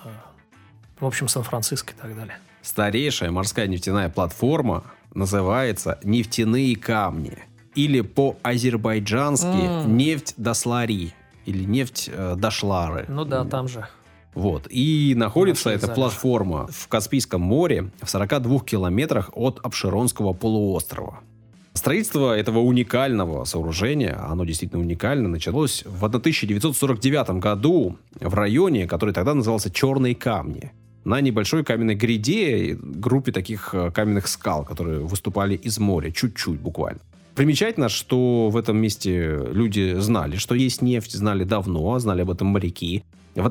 [SPEAKER 2] в общем, Сан-Франциско и так далее.
[SPEAKER 1] Старейшая морская нефтяная платформа называется «Нефтяные камни». Или по-азербайджански «Нефть Даслари» или «Нефть Дашлары».
[SPEAKER 2] Ну да, там же.
[SPEAKER 1] Вот. И находится
[SPEAKER 2] Наши
[SPEAKER 1] эта
[SPEAKER 2] залив.
[SPEAKER 1] платформа в Каспийском море в 42 километрах от Абшеронского полуострова. Строительство этого уникального сооружения, оно действительно уникально, началось в 1949 году в районе, который тогда назывался «Черные камни», на небольшой каменной гряде, группе таких каменных скал, которые выступали из моря, чуть-чуть буквально. Примечательно, что в этом месте люди знали, что есть нефть, знали давно, знали об этом моряки. В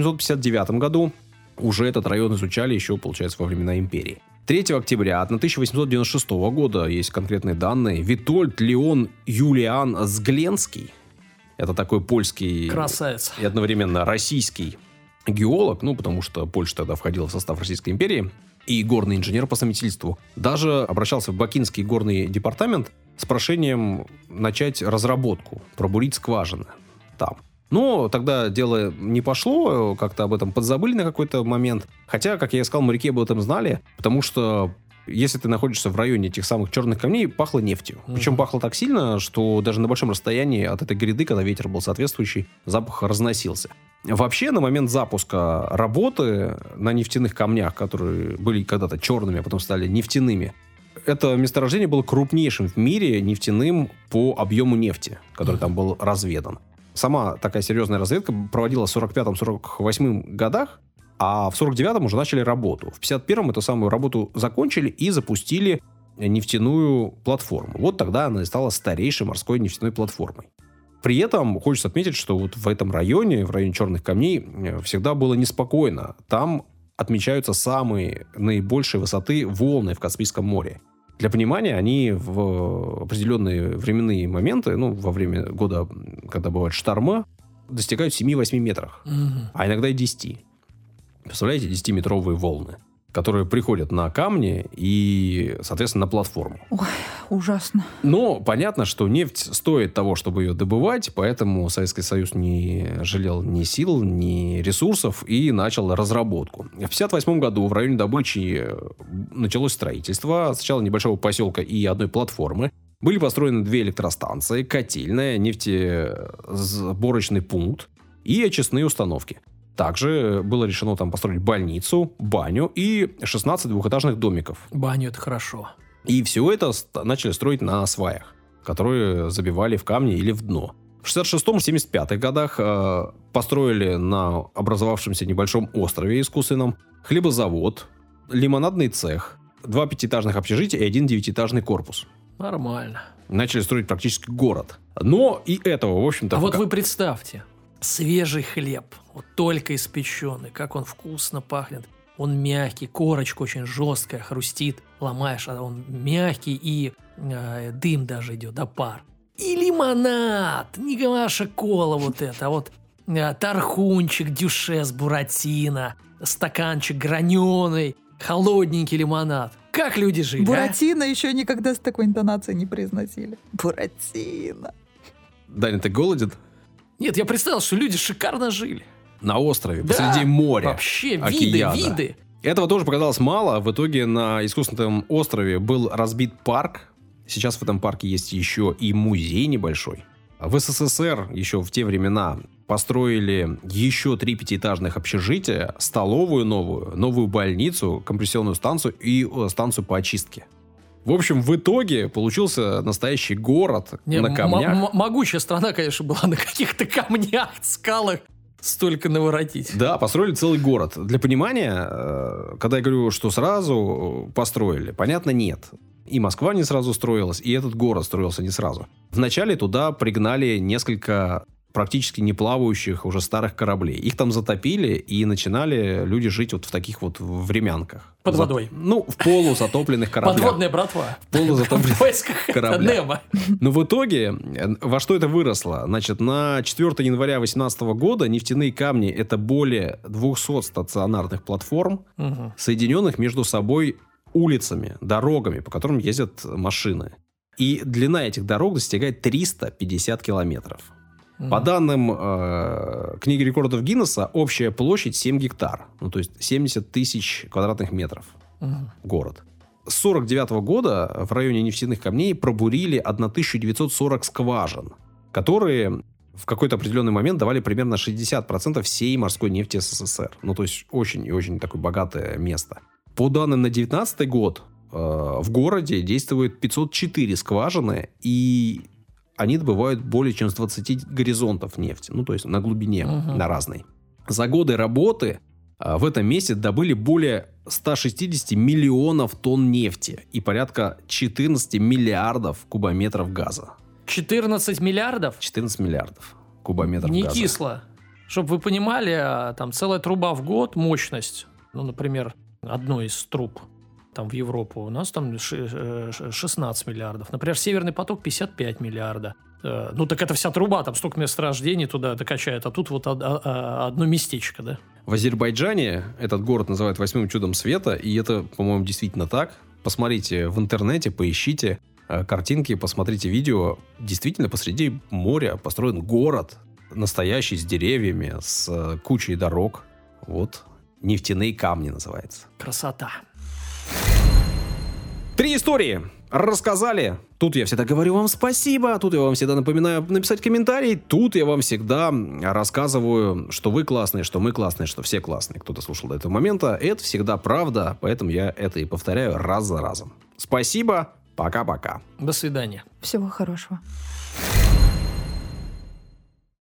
[SPEAKER 1] 1859 году уже этот район изучали еще, получается, во времена империи. 3 октября 1896 года, есть конкретные данные, Витольд Леон Юлиан Сгленский, это такой польский
[SPEAKER 2] Красавец.
[SPEAKER 1] и одновременно российский геолог, ну, потому что Польша тогда входила в состав Российской империи, и горный инженер по совместительству, даже обращался в Бакинский горный департамент с прошением начать разработку, пробурить скважины там. Но тогда дело не пошло, как-то об этом подзабыли на какой-то момент. Хотя, как я и сказал, моряки об этом знали, потому что если ты находишься в районе этих самых черных камней, пахло нефтью. Причем пахло так сильно, что даже на большом расстоянии от этой гряды, когда ветер был соответствующий, запах разносился. Вообще, на момент запуска работы на нефтяных камнях, которые были когда-то черными, а потом стали нефтяными, это месторождение было крупнейшим в мире нефтяным по объему нефти, который там был разведан. Сама такая серьезная разведка проводилась в 45-48 годах, а в 49-м уже начали работу. В 51-м эту самую работу закончили и запустили нефтяную платформу. Вот тогда она и стала старейшей морской нефтяной платформой. При этом хочется отметить, что вот в этом районе, в районе Черных камней, всегда было неспокойно. Там отмечаются самые наибольшие высоты волны в Каспийском море. Для понимания, они в определенные временные моменты, ну, во время года, когда бывают шторма, достигают 7-8 метров, а иногда и 10. Представляете, 10-метровые волны, которые приходят на камни и, соответственно, на платформу.
[SPEAKER 3] Ой, ужасно.
[SPEAKER 1] Но понятно, что нефть стоит того, чтобы ее добывать, поэтому Советский Союз не жалел ни сил, ни ресурсов и начал разработку. В 1958 году в районе добычи началось строительство. Сначала небольшого поселка и одной платформы. Были построены 2 электростанции, котельная, нефтесборочный пункт и очистные установки. Также было решено там построить больницу, баню и 16 двухэтажных домиков.
[SPEAKER 2] Баню — это хорошо.
[SPEAKER 1] И все это начали строить на сваях, которые забивали в камни или в дно. В 66-75 годах построили на образовавшемся небольшом острове искусственном хлебозавод, лимонадный цех, 2 пятиэтажных общежития и 1 9-этажный корпус.
[SPEAKER 2] Нормально.
[SPEAKER 1] Начали строить практически город. Но и этого, в общем-то...
[SPEAKER 2] А вот вы представьте, свежий хлеб, вот только испеченный, как он вкусно пахнет. Он мягкий, корочка очень жесткая, хрустит, ломаешь, а он мягкий, и дым даже идет, да, пар. И лимонад, не ваша кола вот это, а вот тархунчик, дюшес, буратино, стаканчик граненый, холодненький лимонад. Как люди жили,
[SPEAKER 3] Буратино еще никогда с такой интонацией не произносили. Буратино.
[SPEAKER 1] Даня, ты голоден?
[SPEAKER 2] Нет, я представил, что люди шикарно жили.
[SPEAKER 1] На острове,
[SPEAKER 2] Да,
[SPEAKER 1] посреди моря.
[SPEAKER 2] Вообще,
[SPEAKER 1] океана.
[SPEAKER 2] виды.
[SPEAKER 1] Этого тоже показалось мало. В итоге на искусственном острове был разбит парк. Сейчас в этом парке есть еще и музей небольшой. В СССР еще в те времена построили еще 3 пятиэтажных общежития, столовую новую больницу, компрессионную станцию и станцию по очистке. В общем, в итоге получился настоящий город на камнях.
[SPEAKER 2] Могучая страна, конечно, была на каких-то камнях, скалах. Столько наворотить.
[SPEAKER 1] Да, построили целый город. Для понимания, когда я говорю, что сразу построили, понятно, нет. И Москва не сразу строилась, и этот город строился не сразу. Вначале туда пригнали несколько практически не плавающих уже старых кораблей. Их там затопили, и начинали люди жить вот в таких вот времянках.
[SPEAKER 2] Под водой.
[SPEAKER 1] В полузатопленных кораблях.
[SPEAKER 2] Подводная братва.
[SPEAKER 1] В полузатопленных кораблях.
[SPEAKER 2] Немо.
[SPEAKER 1] Но в итоге, во что это выросло? Значит, на 4 января 2018 года нефтяные камни – это более 200 стационарных платформ, соединенных между собой улицами, дорогами, по которым ездят машины. И длина этих дорог достигает 350 километров. По данным книги рекордов Гиннесса, общая площадь 7 гектар. То есть 70 тысяч квадратных метров. Город. С 1949 года в районе нефтяных камней пробурили 1940 скважин, которые в какой-то определенный момент давали примерно 60% всей морской нефти СССР. То есть очень и очень такое богатое место. По данным на 2019 год в городе действует 504 скважины, и они добывают более чем с 20 горизонтов нефти. То есть на глубине, на разной. За годы работы в этом месте добыли более 160 миллионов тонн нефти и порядка 14 миллиардов кубометров газа.
[SPEAKER 2] 14 миллиардов?
[SPEAKER 1] 14 миллиардов кубометров
[SPEAKER 2] Не
[SPEAKER 1] газа.
[SPEAKER 2] Не кисло. Чтобы вы понимали, там целая труба в год, мощность, например, одной из труб там в Европу, у нас там 16 миллиардов. Например, Северный поток 55 миллиарда. Так это вся труба, там столько месторождений туда докачает, а тут вот одно местечко, да?
[SPEAKER 1] В Азербайджане этот город называют 8-м чудом света, и это, по-моему, действительно так. Посмотрите в интернете, поищите картинки, посмотрите видео. Действительно, посреди моря построен город, настоящий, с деревьями, с кучей дорог. Вот, нефтяные камни называется.
[SPEAKER 2] Красота.
[SPEAKER 1] 3 истории рассказали. Тут я всегда говорю вам спасибо. Тут я вам всегда напоминаю написать комментарий. Тут я вам всегда рассказываю, что вы классные, что мы классные, что все классные. Кто-то слушал до этого момента. Это всегда правда, поэтому я это и повторяю раз за разом. Спасибо. Пока-пока.
[SPEAKER 2] До свидания.
[SPEAKER 3] Всего хорошего.